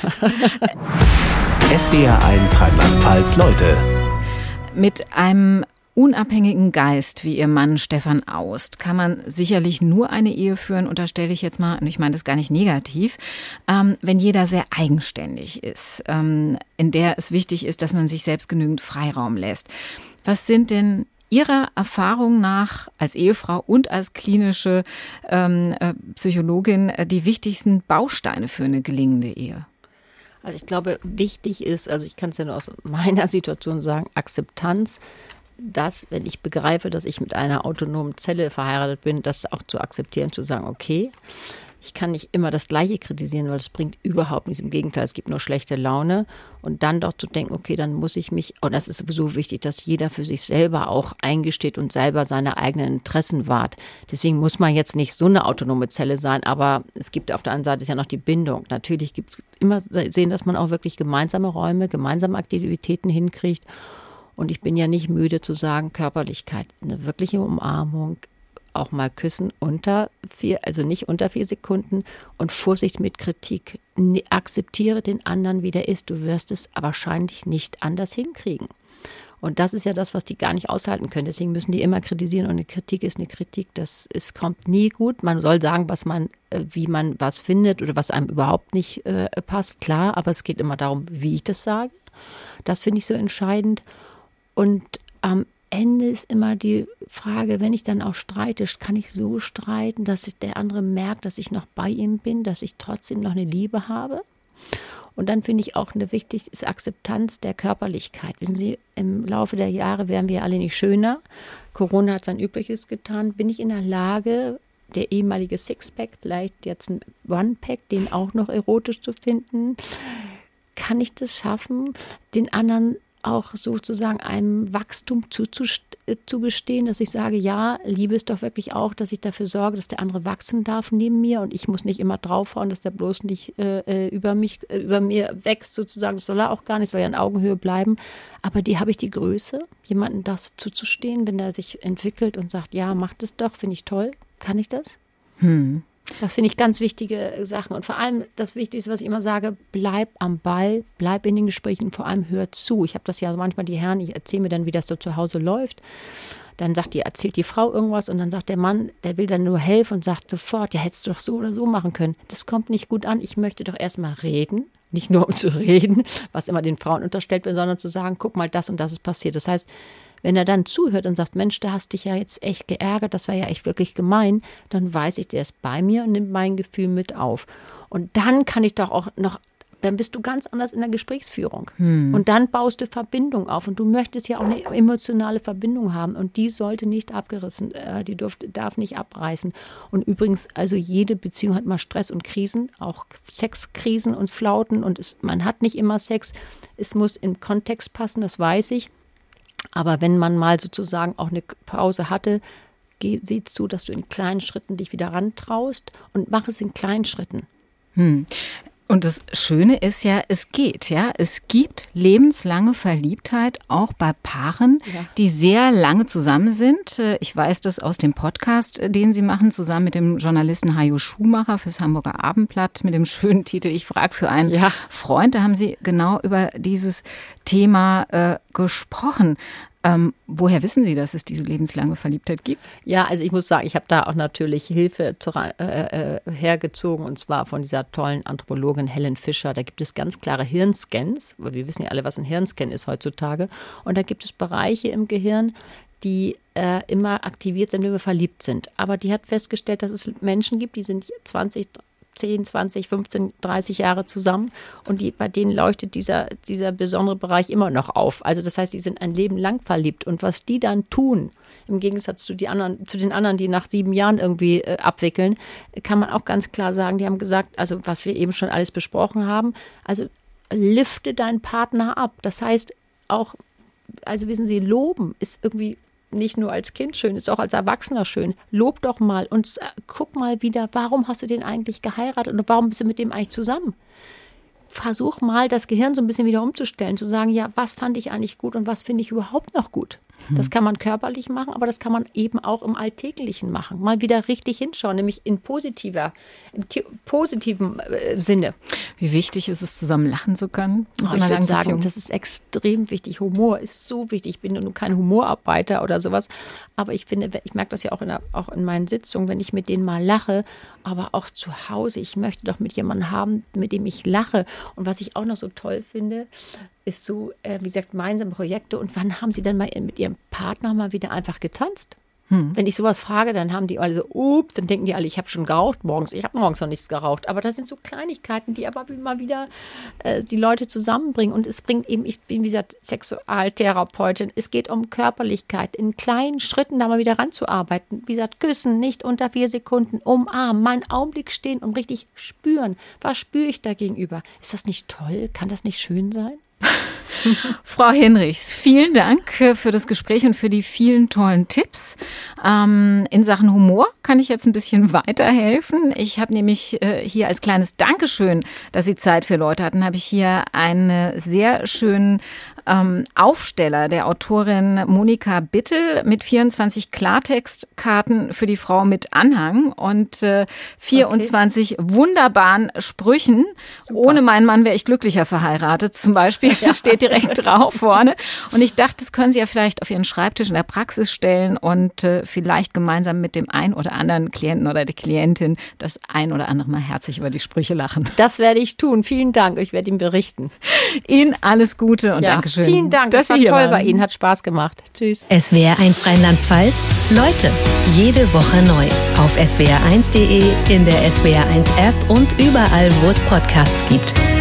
S W R eins Rheinland-Pfalz Leute. Mit einem unabhängigen Geist wie Ihr Mann Stefan Aust kann man sicherlich nur eine Ehe führen, unterstelle ich jetzt mal, und ich meine das gar nicht negativ, ähm, wenn jeder sehr eigenständig ist, ähm, in der es wichtig ist, dass man sich selbst genügend Freiraum lässt. Was sind denn Ihrer Erfahrung nach als Ehefrau und als klinische ähm, äh, Psychologin äh, die wichtigsten Bausteine für eine gelingende Ehe? Also ich glaube, wichtig ist, also ich kann es ja nur aus meiner Situation sagen, Akzeptanz, dass, wenn ich begreife, dass ich mit einer autonomen Zelle verheiratet bin, das auch zu akzeptieren, zu sagen, okay, ich kann nicht immer das Gleiche kritisieren, weil es bringt überhaupt nichts. Im Gegenteil, es gibt nur schlechte Laune. Und dann doch zu denken, okay, dann muss ich mich, und das ist sowieso wichtig, dass jeder für sich selber auch eingesteht und selber seine eigenen Interessen wahrt. Deswegen muss man jetzt nicht so eine autonome Zelle sein, aber es gibt auf der anderen Seite ist ja noch die Bindung. Natürlich gibt es immer sehen, dass man auch wirklich gemeinsame Räume, gemeinsame Aktivitäten hinkriegt. Und ich bin ja nicht müde zu sagen, Körperlichkeit, eine wirkliche Umarmung, auch mal küssen unter vier, also nicht unter vier Sekunden und Vorsicht mit Kritik. Akzeptiere den anderen, wie der ist. Du wirst es wahrscheinlich nicht anders hinkriegen. Und das ist ja das, was die gar nicht aushalten können. Deswegen müssen die immer kritisieren und eine Kritik ist eine Kritik. Das ist, kommt nie gut. Man soll sagen, was man, wie man was findet oder was einem überhaupt nicht äh, passt, klar. Aber es geht immer darum, wie ich das sage. Das finde ich so entscheidend. Und am Ende ist immer die Frage, wenn ich dann auch streite, kann ich so streiten, dass der andere merkt, dass ich noch bei ihm bin, dass ich trotzdem noch eine Liebe habe. Und dann finde ich auch eine wichtig ist Akzeptanz der Körperlichkeit. Wissen Sie, im Laufe der Jahre werden wir alle nicht schöner. Corona hat sein Übriges getan. Bin ich in der Lage, der ehemalige Sixpack, vielleicht jetzt ein One-Pack, den auch noch erotisch zu finden? Kann ich das schaffen, den anderen auch sozusagen einem Wachstum zugestehen, dass ich sage, ja, Liebe ist doch wirklich auch, dass ich dafür sorge, dass der andere wachsen darf neben mir und ich muss nicht immer draufhauen, dass der bloß nicht äh, über mich, äh, über mir wächst sozusagen. Das soll er auch gar nicht, soll ja in Augenhöhe bleiben. Aber die habe ich die Größe, jemandem das zuzustehen, wenn er sich entwickelt und sagt, ja, mach das doch, finde ich toll. Kann ich das? Hm. Das finde ich ganz wichtige Sachen. Und vor allem das Wichtigste, was ich immer sage, bleib am Ball, bleib in den Gesprächen und vor allem hör zu. Ich habe das ja manchmal die Herren, ich erzähle mir dann, wie das so zu Hause läuft. Dann sagt die, erzählt die Frau irgendwas und dann sagt der Mann, der will dann nur helfen und sagt sofort, ja, hättest du doch so oder so machen können. Das kommt nicht gut an. Ich möchte doch erstmal reden, nicht nur um zu reden, was immer den Frauen unterstellt wird, sondern zu sagen, guck mal, das und das ist passiert. Das heißt, wenn er dann zuhört und sagt, Mensch, da hast dich ja jetzt echt geärgert, das war ja echt wirklich gemein, dann weiß ich, der ist bei mir und nimmt mein Gefühl mit auf. Und dann kann ich doch auch noch, dann bist du ganz anders in der Gesprächsführung. Hm. Und dann baust du Verbindung auf und du möchtest ja auch eine emotionale Verbindung haben und die sollte nicht abgerissen, äh, die darf, darf nicht abreißen. Und übrigens, also jede Beziehung hat mal Stress und Krisen, auch Sexkrisen und Flauten und es, man hat nicht immer Sex. Es muss im Kontext passen, das weiß ich. Aber wenn man mal sozusagen auch eine Pause hatte, geh, sieh zu, dass du in kleinen Schritten dich wieder rantraust und mach es in kleinen Schritten. Hm. Und das Schöne ist ja, es geht, ja. Es gibt lebenslange Verliebtheit auch bei Paaren, ja, die sehr lange zusammen sind. Ich weiß das aus dem Podcast, den Sie machen, zusammen mit dem Journalisten Hajo Schumacher fürs Hamburger Abendblatt mit dem schönen Titel Ich frage für einen ja. Freund. Da haben Sie genau über dieses Thema äh, gesprochen. Ähm, woher wissen Sie, dass es diese lebenslange Verliebtheit gibt? Ja, also ich muss sagen, ich habe da auch natürlich Hilfe äh, äh, hergezogen und zwar von dieser tollen Anthropologin Helen Fischer. Da gibt es ganz klare Hirnscans, weil wir wissen ja alle, was ein Hirnscan ist heutzutage. Und da gibt es Bereiche im Gehirn, die äh, immer aktiviert sind, wenn wir verliebt sind. Aber die hat festgestellt, dass es Menschen gibt, die sind zwanzig, zehn, zwanzig, fünfzehn, dreißig Jahre zusammen und die, bei denen leuchtet dieser, dieser besondere Bereich immer noch auf. Also das heißt, die sind ein Leben lang verliebt und was die dann tun, im Gegensatz zu, die anderen, zu den anderen, die nach sieben Jahren irgendwie äh, abwickeln, kann man auch ganz klar sagen, die haben gesagt, also was wir eben schon alles besprochen haben, also lifte deinen Partner ab. Das heißt auch, also wissen Sie, loben ist irgendwie nicht nur als Kind schön, ist auch als Erwachsener schön. Lob doch mal und guck mal wieder, warum hast du den eigentlich geheiratet und warum bist du mit dem eigentlich zusammen? Versuch mal, das Gehirn so ein bisschen wieder umzustellen, zu sagen, ja, was fand ich eigentlich gut und was finde ich überhaupt noch gut? Das kann man körperlich machen, aber das kann man eben auch im Alltäglichen machen. Mal wieder richtig hinschauen, nämlich in positiver, im positiven äh, Sinne. Wie wichtig ist es, zusammen lachen zu können? Oh, ich würde sagen, das ist extrem wichtig. Humor ist so wichtig. Ich bin nun kein Humorarbeiter oder sowas, aber ich finde, ich merke das ja auch in, der, auch in meinen Sitzungen, wenn ich mit denen mal lache, aber auch zu Hause. Ich möchte doch mit jemandem haben, mit dem ich lache. Und was ich auch noch so toll finde, ist so, äh, wie gesagt, gemeinsame Projekte. Und wann haben Sie dann mal mit Ihrem Partner mal wieder einfach getanzt? Hm. Wenn ich sowas frage, dann haben die alle so, ups, dann denken die alle, ich habe schon geraucht morgens. Ich habe morgens noch nichts geraucht. Aber das sind so Kleinigkeiten, die aber immer wieder äh, die Leute zusammenbringen. Und es bringt eben, ich bin wie gesagt Sexualtherapeutin, es geht um Körperlichkeit, in kleinen Schritten da mal wieder ranzuarbeiten. Wie gesagt, küssen, nicht unter vier Sekunden, umarmen, mal einen Augenblick stehen und richtig spüren. Was spüre ich da gegenüber? Ist das nicht toll? Kann das nicht schön sein? Frau Hinrichs, vielen Dank für das Gespräch und für die vielen tollen Tipps. Ähm, in Sachen Humor kann ich jetzt ein bisschen weiterhelfen. Ich habe nämlich äh, hier als kleines Dankeschön, dass Sie Zeit für Leute hatten, habe ich hier einen sehr schönen ähm, Aufsteller der Autorin Monika Bittel mit vierundzwanzig Klartextkarten für die Frau mit Anhang und äh, vierundzwanzig okay. wunderbaren Sprüchen. Super. Ohne meinen Mann wäre ich glücklicher verheiratet, zum Beispiel. Ja. Steht direkt drauf vorne. Und ich dachte, das können Sie ja vielleicht auf Ihren Schreibtisch in der Praxis stellen und äh, vielleicht gemeinsam mit dem ein oder anderen Klienten oder der Klientin das ein oder andere Mal herzlich über die Sprüche lachen. Das werde ich tun. Vielen Dank. Ich werde ihm berichten. Ihnen alles Gute und ja, Dankeschön. Vielen Dank. Das war toll waren. bei Ihnen. Hat Spaß gemacht. Tschüss. S W R eins Rheinland-Pfalz. Leute, jede Woche neu. Auf S W R eins punkt de, in der S W R eins App und überall, wo es Podcasts gibt.